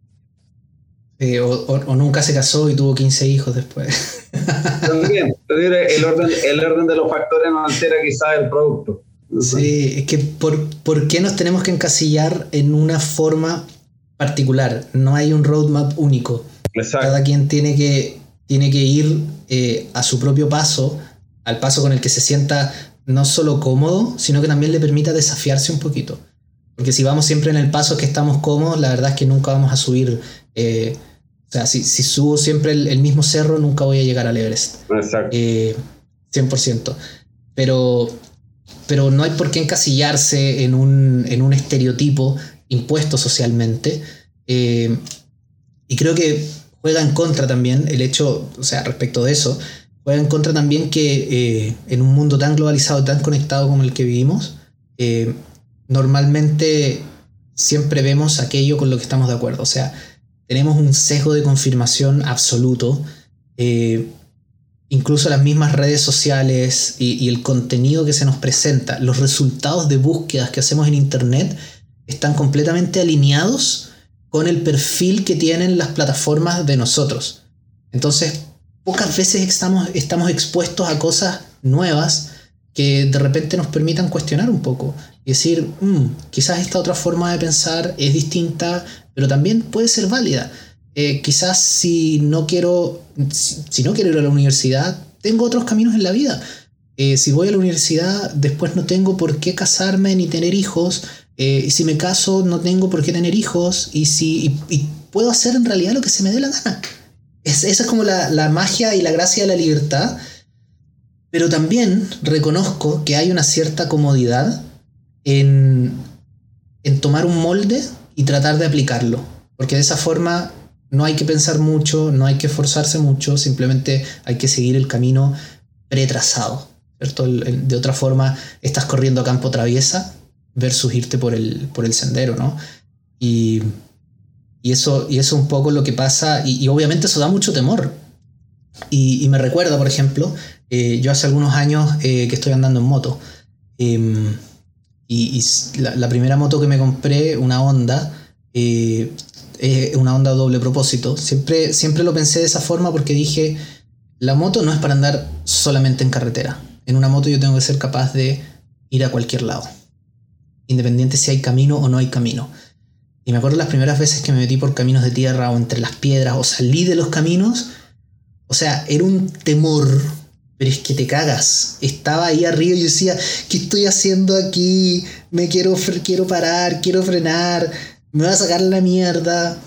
Eh, o, o, o nunca se casó y tuvo quince hijos después. También, el orden, el orden de los factores nos altera quizás el producto. Sí, es que por, ¿por qué nos tenemos que encasillar en una forma particular? No hay un roadmap único. Exacto. Cada quien tiene que, tiene que ir eh, a su propio paso, al paso con el que se sienta no solo cómodo, sino que también le permita desafiarse un poquito. Porque si vamos siempre en el paso que estamos cómodos, la verdad es que nunca vamos a subir. Eh, o sea, si, si subo siempre el, el mismo cerro, nunca voy a llegar al Everest. Exacto. Eh, cien por ciento. Pero, pero no hay por qué encasillarse en un, en un estereotipo impuesto socialmente. Eh, y creo que juega en contra también el hecho, o sea, respecto de eso, juega en contra también que eh, en un mundo tan globalizado, tan conectado como el que vivimos, eh, normalmente siempre vemos aquello con lo que estamos de acuerdo. O sea, tenemos un sesgo de confirmación absoluto. Eh, incluso las mismas redes sociales y, y el contenido que se nos presenta, los resultados de búsquedas que hacemos en internet están completamente alineados con el perfil que tienen las plataformas de nosotros. Entonces, pocas veces estamos, estamos expuestos a cosas nuevas que de repente nos permitan cuestionar un poco y decir, mmm, quizás esta otra forma de pensar es distinta, pero también puede ser válida. Eh, quizás si no quiero si, si no quiero ir a la universidad, tengo otros caminos en la vida. Eh, si voy a la universidad, después no tengo por qué casarme ni tener hijos. Eh, y si me caso, no tengo por qué tener hijos. Y, si, y, y puedo hacer en realidad lo que se me dé la gana. Es, esa es como la, la magia y la gracia de la libertad. Pero también reconozco que hay una cierta comodidad en, en tomar un molde y tratar de aplicarlo. Porque de esa forma no hay que pensar mucho, no hay que esforzarse mucho, simplemente hay que seguir el camino pretrazado, ¿cierto? El, el, de otra forma, estás corriendo a campo traviesa versus irte por el, por el sendero, ¿no? Y, y, eso, y eso es un poco lo que pasa, y, y obviamente eso da mucho temor. Y, y me recuerda, por ejemplo, eh, yo hace algunos años eh, que estoy andando en moto. Eh, y y la, la primera moto que me compré, una Honda, eh, eh, una Honda doble propósito. Siempre, siempre lo pensé de esa forma porque dije, la moto no es para andar solamente en carretera. En una moto yo tengo que ser capaz de ir a cualquier lado, independiente si hay camino o no hay camino. Y me acuerdo las primeras veces que me metí por caminos de tierra o entre las piedras o salí de los caminos. O sea, era un temor, pero es que te cagas. Estaba ahí arriba y yo decía, ¿qué estoy haciendo aquí? Me quiero, quiero parar, quiero frenar, me va a sacar la mierda.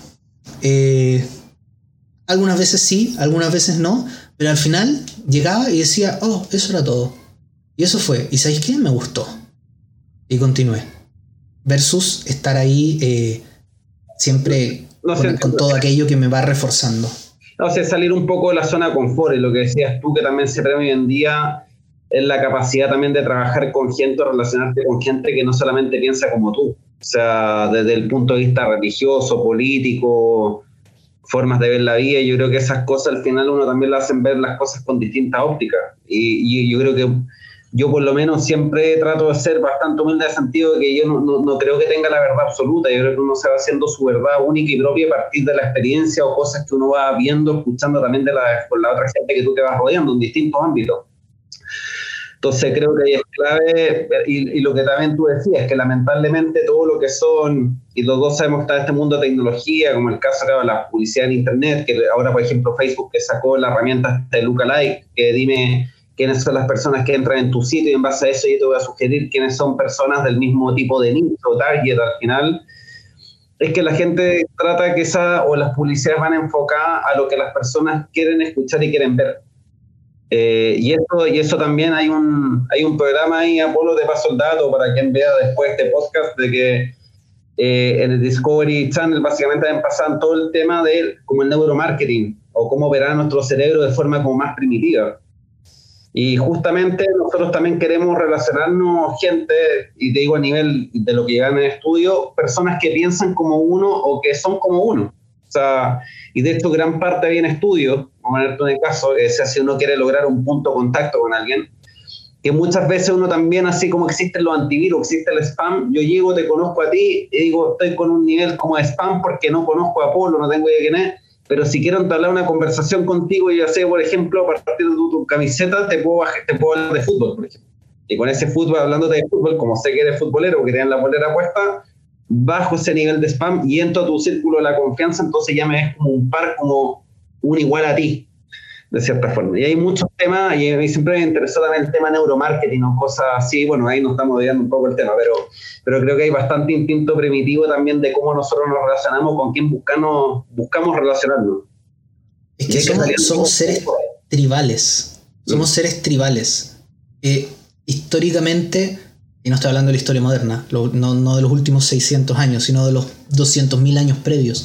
Eh, algunas veces sí, algunas veces no, pero al final llegaba y decía, oh, eso era todo. Y eso fue. ¿Y sabéis qué? Me gustó. Y continué. Versus estar ahí eh, siempre no con, sé, con todo aquello que me va reforzando. No sé, salir un poco de la zona de confort, y lo que decías tú, que también se premia hoy en día, es la capacidad también de trabajar con gente o relacionarte con gente que no solamente piensa como tú. O sea, desde el punto de vista religioso, político, formas de ver la vida, yo creo que esas cosas al final uno también le hacen ver las cosas con distintas ópticas. Y, y yo creo que yo por lo menos siempre trato de ser bastante humilde en el sentido de que yo no, no, no creo que tenga la verdad absoluta. Yo creo que uno se va haciendo su verdad única y propia a partir de la experiencia o cosas que uno va viendo, escuchando también de la, por la otra gente que tú te vas rodeando en distintos ámbitos. Entonces creo que ahí es clave, y, y lo que también tú decías, que lamentablemente todo lo que son, y los dos sabemos que está este mundo de tecnología, como el caso de la publicidad en internet, que ahora por ejemplo Facebook que sacó la herramienta de Lookalike, que dime quiénes son las personas que entran en tu sitio y en base a eso yo te voy a sugerir quiénes son personas del mismo tipo de nicho o target al final. Es que la gente trata que esa, o las publicidades van enfocadas a lo que las personas quieren escuchar y quieren ver. Eh, y, eso, y eso también hay un, hay un programa ahí, Apolo, te paso el dato para quien vea después este podcast, de que eh, en el Discovery Channel básicamente pasan todo el tema de como el neuromarketing, o cómo operar nuestro cerebro de forma como más primitiva. Y justamente nosotros también queremos relacionarnos gente, y te digo a nivel de lo que llegan en el estudio, personas que piensan como uno o que son como uno. O sea, y de hecho gran parte hay en estudios, vamos a ponerte un caso, que sea si uno quiere lograr un punto de contacto con alguien, que muchas veces uno también, así como existen los antivirus, existe el spam, yo llego, te conozco a ti, y digo, estoy con un nivel como de spam porque no conozco a Apolo, no tengo idea de quién es, pero si quiero entablar una conversación contigo, ya sé, por ejemplo, a partir de tu, tu camiseta, te puedo, te puedo hablar de fútbol, por ejemplo. Y con ese fútbol, hablándote de fútbol, como sé que eres futbolero, que tienes la polera puesta, bajo ese nivel de spam y entro a tu círculo de la confianza, entonces ya me ves como un par, como un igual a ti, de cierta forma. Y hay muchos temas, y a mí siempre me interesó también el tema neuromarketing o cosas así, bueno, ahí nos estamos desviando un poco el tema, pero, pero creo que hay bastante instinto primitivo también de cómo nosotros nos relacionamos, con quién buscamos, buscamos relacionarnos. Es que somos, somos seres tribales, somos mm. seres tribales. Eh, históricamente, y no estoy hablando de la historia moderna, lo, no, no de los últimos seiscientos años, sino de los doscientos mil años previos,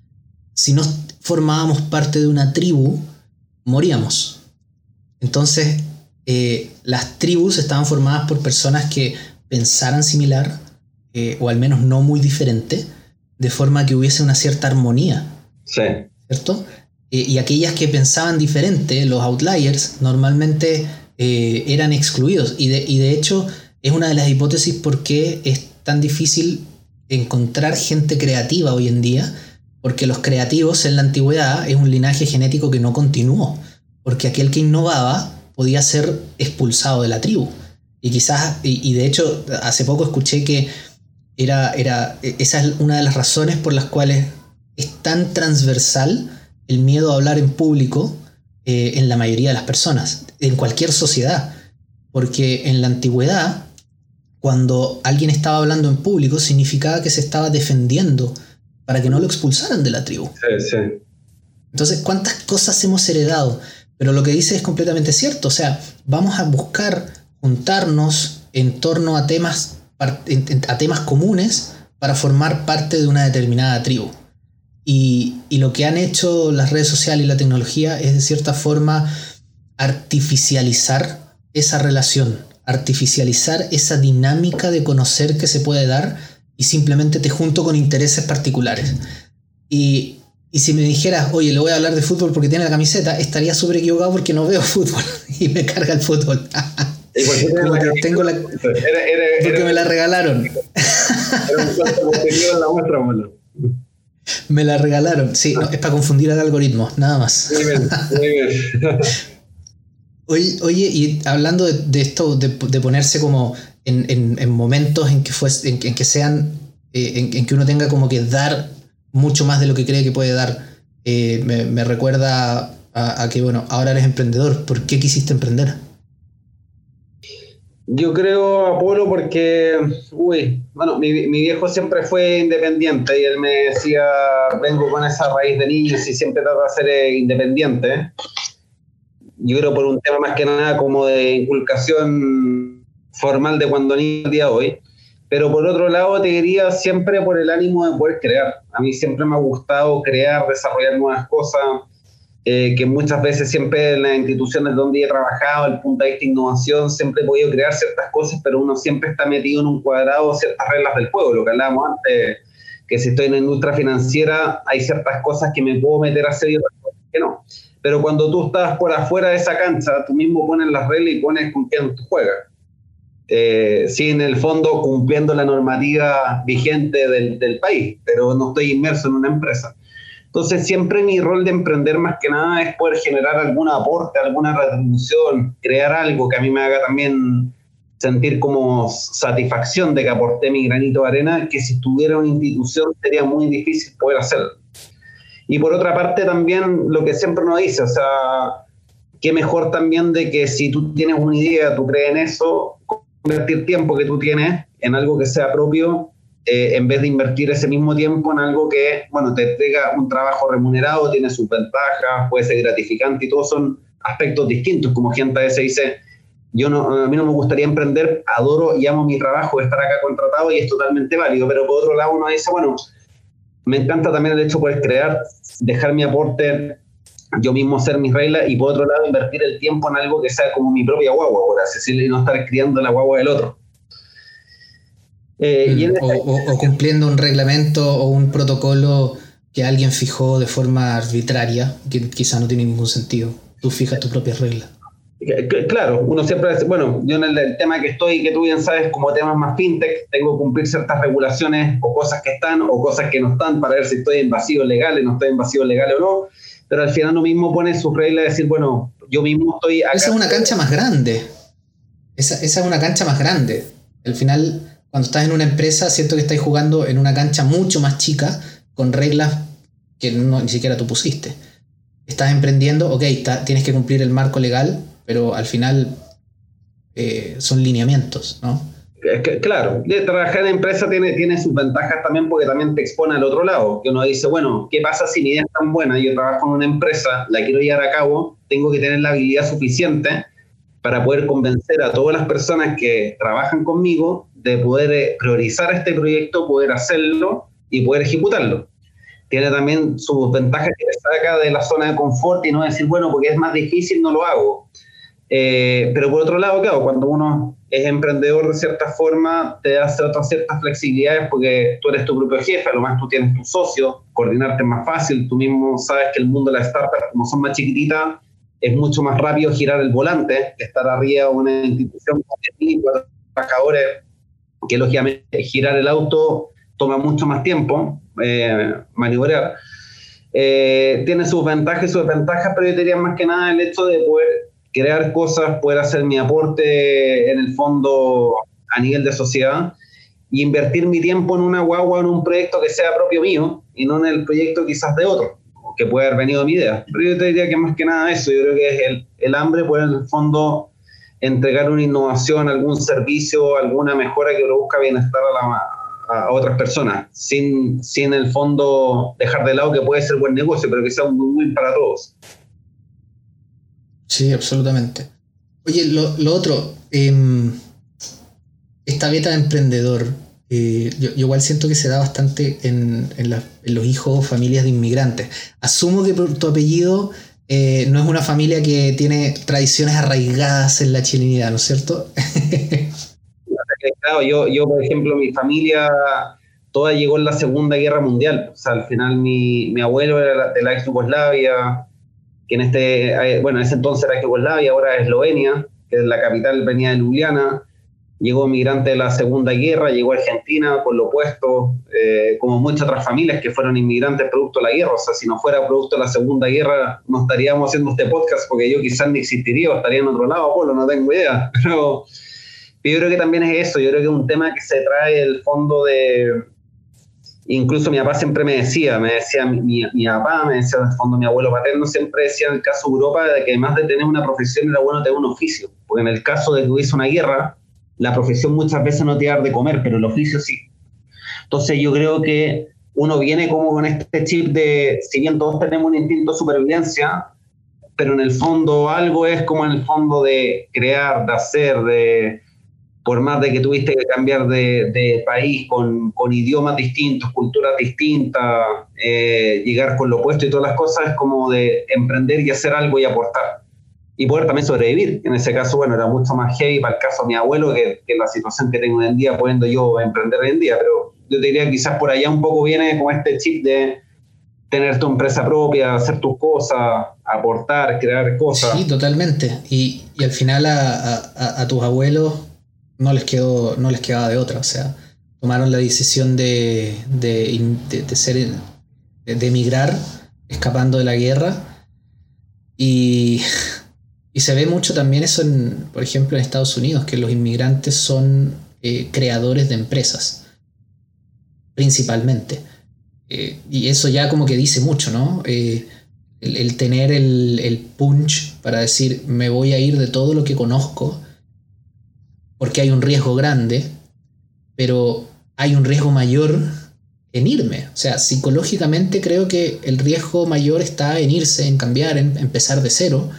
si no formábamos parte de una tribu, moríamos. Entonces, eh, las tribus estaban formadas por personas que pensaran similar, eh, o al menos no muy diferente, de forma que hubiese una cierta armonía. Sí. ¿Cierto? Eh, y aquellas que pensaban diferente, los outliers, normalmente eh, eran excluidos. Y de, y de hecho, es una de las hipótesis por qué es tan difícil encontrar gente creativa hoy en día, porque los creativos en la antigüedad es un linaje genético que no continuó, porque aquel que innovaba podía ser expulsado de la tribu. Y quizás, y, y de hecho, hace poco escuché que era, era, esa es una de las razones por las cuales es tan transversal el miedo a hablar en público eh, en la mayoría de las personas, en cualquier sociedad. Porque en la antigüedad, cuando alguien estaba hablando en público, significaba que se estaba defendiendo para que no lo expulsaran de la tribu. Sí, sí. Entonces, ¿cuántas cosas hemos heredado? Pero lo que dice es completamente cierto. O sea, vamos a buscar juntarnos en torno a temas, a temas comunes para formar parte de una determinada tribu. Y, y lo que han hecho las redes sociales y la tecnología es de cierta forma artificializar esa relación, artificializar esa dinámica de conocer que se puede dar, y simplemente te junto con intereses particulares. Y, y si me dijeras, oye, le voy a hablar de fútbol porque tiene la camiseta, estaría súper equivocado porque no veo fútbol y me carga el fútbol. Como que tengo la... Porque me la regalaron. Era un cuarto posterior a la muestra, bueno. Me la regalaron, sí, no, es para confundir al algoritmo, nada más. Muy bien, muy bien. Oye, oye, y hablando de, de esto, de, de ponerse como en, en, en momentos en que, fue, en, en que sean, eh, en, en que uno tenga como que dar mucho más de lo que cree que puede dar, eh, me, me recuerda a, a que, bueno, ahora eres emprendedor. ¿Por qué quisiste emprender? Yo creo, Apolo, porque, uy, bueno, mi, mi viejo siempre fue independiente y él me decía, vengo con esa raíz de niño y siempre trato de ser independiente. Yo creo por un tema más que nada como de inculcación formal de cuando niño al día de hoy. Pero por otro lado te diría siempre por el ánimo de poder crear. A mí siempre me ha gustado crear, desarrollar nuevas cosas, eh, que muchas veces siempre en las instituciones donde he trabajado, el punto de vista de innovación, siempre he podido crear ciertas cosas, pero uno siempre está metido en un cuadrado, ciertas reglas del juego, lo que hablábamos antes, que si estoy en la industria financiera hay ciertas cosas que me puedo meter a hacer y otras cosas que no. Pero cuando tú estás por afuera de esa cancha, tú mismo pones las reglas y pones con quién tú juegas. Eh, sí, en el fondo cumpliendo la normativa vigente del, del país, pero no estoy inmerso en una empresa. Entonces siempre mi rol de emprender más que nada es poder generar algún aporte, alguna retribución, crear algo que a mí me haga también sentir como satisfacción de que aporté mi granito de arena, que si estuviera una institución sería muy difícil poder hacerlo. Y por otra parte también lo que siempre uno dice, o sea, qué mejor también de que si tú tienes una idea, tú crees en eso, convertir tiempo que tú tienes en algo que sea propio, eh, en vez de invertir ese mismo tiempo en algo que, bueno, te entrega un trabajo remunerado, tiene sus ventajas, puede ser gratificante y todos son aspectos distintos. Como gente a veces dice, yo no, a mí no me gustaría emprender, adoro y amo mi trabajo, estar acá contratado y es totalmente válido, pero por otro lado uno dice, bueno, me encanta también el hecho de poder crear, dejar mi aporte, yo mismo hacer mis reglas y por otro lado invertir el tiempo en algo que sea como mi propia guagua, por así decirlo, y no estar criando la guagua del otro. Eh, mm, y en o, este... o, o cumpliendo un reglamento o un protocolo que alguien fijó de forma arbitraria, que quizá no tiene ningún sentido. Tú fijas tus propias reglas. Claro, uno siempre dice, bueno, yo en el, el tema que estoy, que tú bien sabes, como temas más fintech, tengo que cumplir ciertas regulaciones o cosas que están o cosas que no están para ver si estoy en vacíos legales, no estoy en vacíos legales o no, pero al final uno mismo pone sus reglas de decir, bueno, yo mismo estoy acá. Esa es una cancha más grande, esa, esa es una cancha más grande. Al final, cuando estás en una empresa, siento que estás jugando en una cancha mucho más chica, con reglas que no, ni siquiera tú pusiste. Estás emprendiendo, ok, está, tienes que cumplir el marco legal, pero al final eh, son lineamientos, ¿no? Claro, trabajar en empresa tiene, tiene sus ventajas también porque también te expone al otro lado, que uno dice, bueno, ¿qué pasa si mi idea es tan buena? Yo trabajo en una empresa, la quiero llevar a cabo, tengo que tener la habilidad suficiente para poder convencer a todas las personas que trabajan conmigo de poder priorizar este proyecto, poder hacerlo y poder ejecutarlo. Tiene también sus ventajas que te saca de la zona de confort y no decir, bueno, porque es más difícil, no lo hago. Eh, pero por otro lado, claro, cuando uno es emprendedor de cierta forma, te hace otras ciertas flexibilidades porque tú eres tu propio jefe, a lo más tú tienes tu socio, coordinarte es más fácil, tú mismo sabes que el mundo de las startups, como son más chiquititas, es mucho más rápido girar el volante que estar arriba de una institución con diez mil trabajadores, que lógicamente girar el auto toma mucho más tiempo, eh, maniobrar. Eh, tiene sus ventajas y sus desventajas, pero yo diría más que nada el hecho de poder crear cosas, poder hacer mi aporte en el fondo a nivel de sociedad y invertir mi tiempo en una guagua, en un proyecto que sea propio mío y no en el proyecto quizás de otro, que puede haber venido mi idea. Pero yo te diría que más que nada eso, yo creo que es el, el hambre por en el fondo entregar una innovación, algún servicio, alguna mejora que produzca bienestar a, la, a otras personas, sin, sin el fondo dejar de lado que puede ser buen negocio, pero que sea un win-win para todos. Sí, absolutamente. Oye, lo, lo otro, eh, esta beta de emprendedor, eh, yo, yo igual siento que se da bastante en, en, la, en los hijos o familias de inmigrantes. Asumo que por tu apellido eh, no es una familia que tiene tradiciones arraigadas en la chilenidad, ¿no es cierto? Claro, yo, yo, por ejemplo, mi familia toda llegó en la Segunda Guerra Mundial. O sea, al final mi, mi abuelo era de la ex Yugoslavia, que en este, bueno, en ese entonces era Yugoslavia, ahora es Eslovenia, que es la capital, venía de Ljubljana. Llegó migrante de la Segunda Guerra, llegó a Argentina por lo opuesto, eh, como muchas otras familias que fueron inmigrantes producto de la guerra. O sea, si no fuera producto de la Segunda Guerra, no estaríamos haciendo este podcast, porque yo quizás ni existiría o estaría en otro lado, Polo, no tengo idea. Pero yo creo que también es eso, yo creo que es un tema que se trae el fondo de... Incluso mi papá siempre me decía, me decía mi, mi, mi papá, me decía en el fondo mi abuelo paterno, siempre decía en el caso de Europa de que además de tener una profesión era bueno tener un oficio, porque en el caso de que hubiese una guerra, la profesión muchas veces no te da de comer, pero el oficio sí. Entonces yo creo que uno viene como con este chip de, si bien todos tenemos un instinto de supervivencia, pero en el fondo algo es como en el fondo de crear, de hacer, de... por más de que tuviste que cambiar de, de país con, con idiomas distintos, culturas distintas, eh, llegar con lo opuesto y todas las cosas, es como de emprender y hacer algo y aportar. Y poder también sobrevivir. En ese caso, bueno, era mucho más heavy para el caso de mi abuelo que, que la situación que tengo hoy en día, pudiendo yo emprender hoy en día. Pero yo te diría que quizás por allá un poco viene con este chip de tener tu empresa propia, hacer tus cosas, aportar, crear cosas. Sí, totalmente. Y, y al final a, a, a tus abuelos no les quedó, no les quedaba de otra, o sea, tomaron la decisión de, de, de, de ser, de de emigrar, escapando de la guerra. Y, y se ve mucho también eso, en, por ejemplo, en Estados Unidos, que los inmigrantes son eh, creadores de empresas, principalmente. Eh, y eso ya como que dice mucho, ¿no? Eh, el, el tener el, el punch para decir, me voy a ir de todo lo que conozco, porque hay un riesgo grande, pero hay un riesgo mayor en irme. O sea, psicológicamente creo que el riesgo mayor está en irse, en cambiar, en empezar de cero.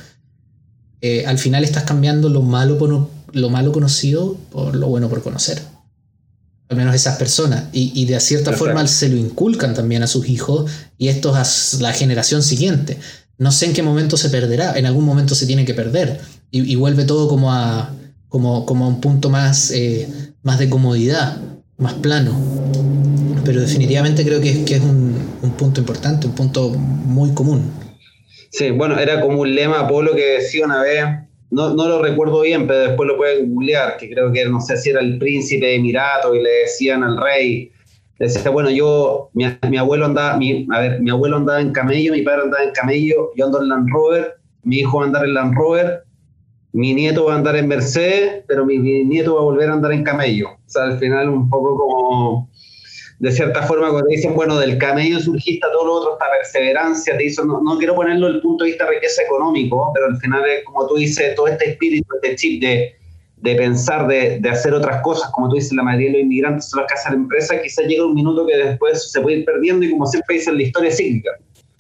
Eh, al final estás cambiando lo malo, por, lo malo conocido por lo bueno por conocer. Al menos esas personas. Y, y de cierta Perfecto. forma se lo inculcan también a sus hijos y esto a la generación siguiente. No sé en qué momento se perderá. En algún momento se tiene que perder. Y, y vuelve todo como a, como, como a un punto más, eh, más de comodidad, más plano. Pero definitivamente creo que, que es un, un punto importante, un punto muy común. Sí, bueno, era como un lema, Polo, que decía una vez, no, no lo recuerdo bien, pero después lo pueden googlear, que creo que no sé si era el príncipe de Emirato y le decían al rey, le decía, bueno, yo, mi, mi abuelo andaba, mi, a ver, mi abuelo andaba en camello, mi padre andaba en camello, yo ando en Land Rover, mi hijo va a andar en Land Rover, mi nieto va a andar en Mercedes, pero mi, mi nieto va a volver a andar en camello. O sea, al final un poco como... De cierta forma, cuando dicen, bueno, del camello surgiste a todo lo otro, esta perseverancia, te hizo, no, no quiero ponerlo desde el punto de vista de riqueza económico, pero al final es, como tú dices, todo este espíritu, este chip de, de pensar, de, de hacer otras cosas, como tú dices, la mayoría de los inmigrantes son los que hacen empresas, quizás llega un minuto que después se puede ir perdiendo y como siempre dicen, la historia es cíclica.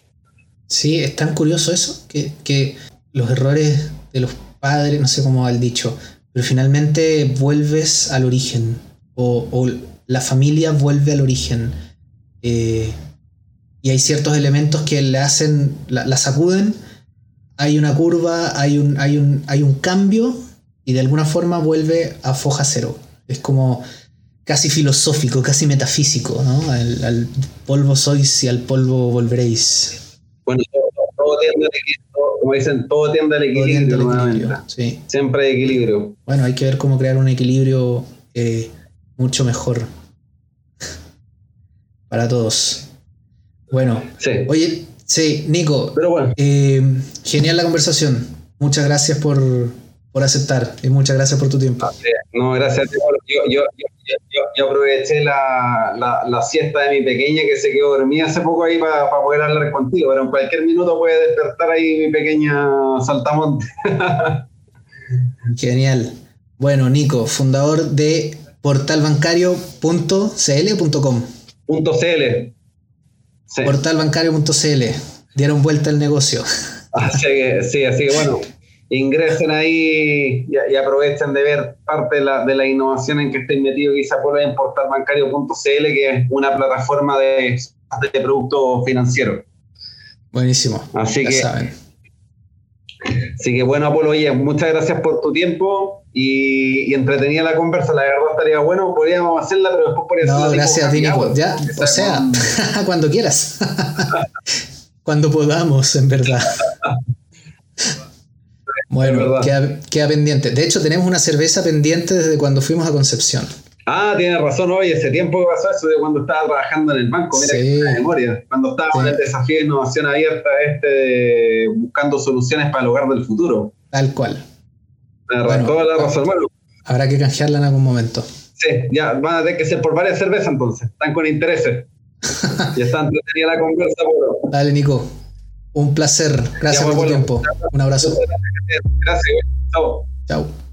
Sí, es tan curioso eso, que, que los errores de los padres, no sé cómo va el dicho, pero finalmente vuelves al origen, o... o la familia vuelve al origen, eh, y hay ciertos elementos que le hacen, la, la sacuden, hay una curva, hay un, hay, un, hay un cambio y de alguna forma vuelve a foja cero. Es como casi filosófico, casi metafísico, ¿no? Al, al polvo sois y al polvo volveréis. Bueno, todo, todo tiende al equilibrio, como dicen, todo tiende al equilibrio. Todo tiende al equilibrio, sí. Siempre hay equilibrio. Bueno, hay que ver cómo crear un equilibrio eh, mucho mejor para todos. Bueno, sí. Oye, sí, Nico, pero bueno. eh, genial la conversación. Muchas gracias por, por aceptar y muchas gracias por tu tiempo. Ah, sí. No, gracias a ti. Yo, yo, yo, yo, yo aproveché la, la, la siesta de mi pequeña que se quedó dormida hace poco ahí para pa poder hablar contigo, pero en cualquier minuto puede despertar ahí mi pequeña saltamonte. Genial. Bueno, Nico, fundador de portal bancario punto c l o punto com. .cl. Sí. portal bancario punto c l. Dieron vuelta el negocio. Así que, sí, así que bueno, ingresen ahí y, y aprovechen de ver parte de la, de la innovación en que estoy metido quizá por en portal bancario punto c l, que es una plataforma de, de productos financieros. Buenísimo. Así ya que, saben. Así que bueno, Apolo, oye, muchas gracias por tu tiempo y, y entretenida la conversa. La verdad estaría bueno, podríamos hacerla, pero después podría No, hacerla. gracias a ti, Nico. Ya, o sea, cuando quieras. Cuando podamos, en verdad. Bueno, verdad. Queda, queda pendiente. De hecho, tenemos una cerveza pendiente desde cuando fuimos a Concepción. Ah, tienes razón, oye, ese tiempo que pasó eso de cuando estaba trabajando en el banco, mira, sí. Que una memoria, cuando estábamos sí. en el desafío de innovación abierta, este de buscando soluciones para el hogar del futuro. Tal cual. Bueno, toda la razón, bueno. Habrá que canjearla en algún momento. Sí, ya, van a tener que ser por varias cervezas entonces, están con intereses. Ya está entretenida la conversa, Polo. Dale, Nico, un placer, gracias ya, por tu tiempo, un abrazo. Gracias, chao. Chao.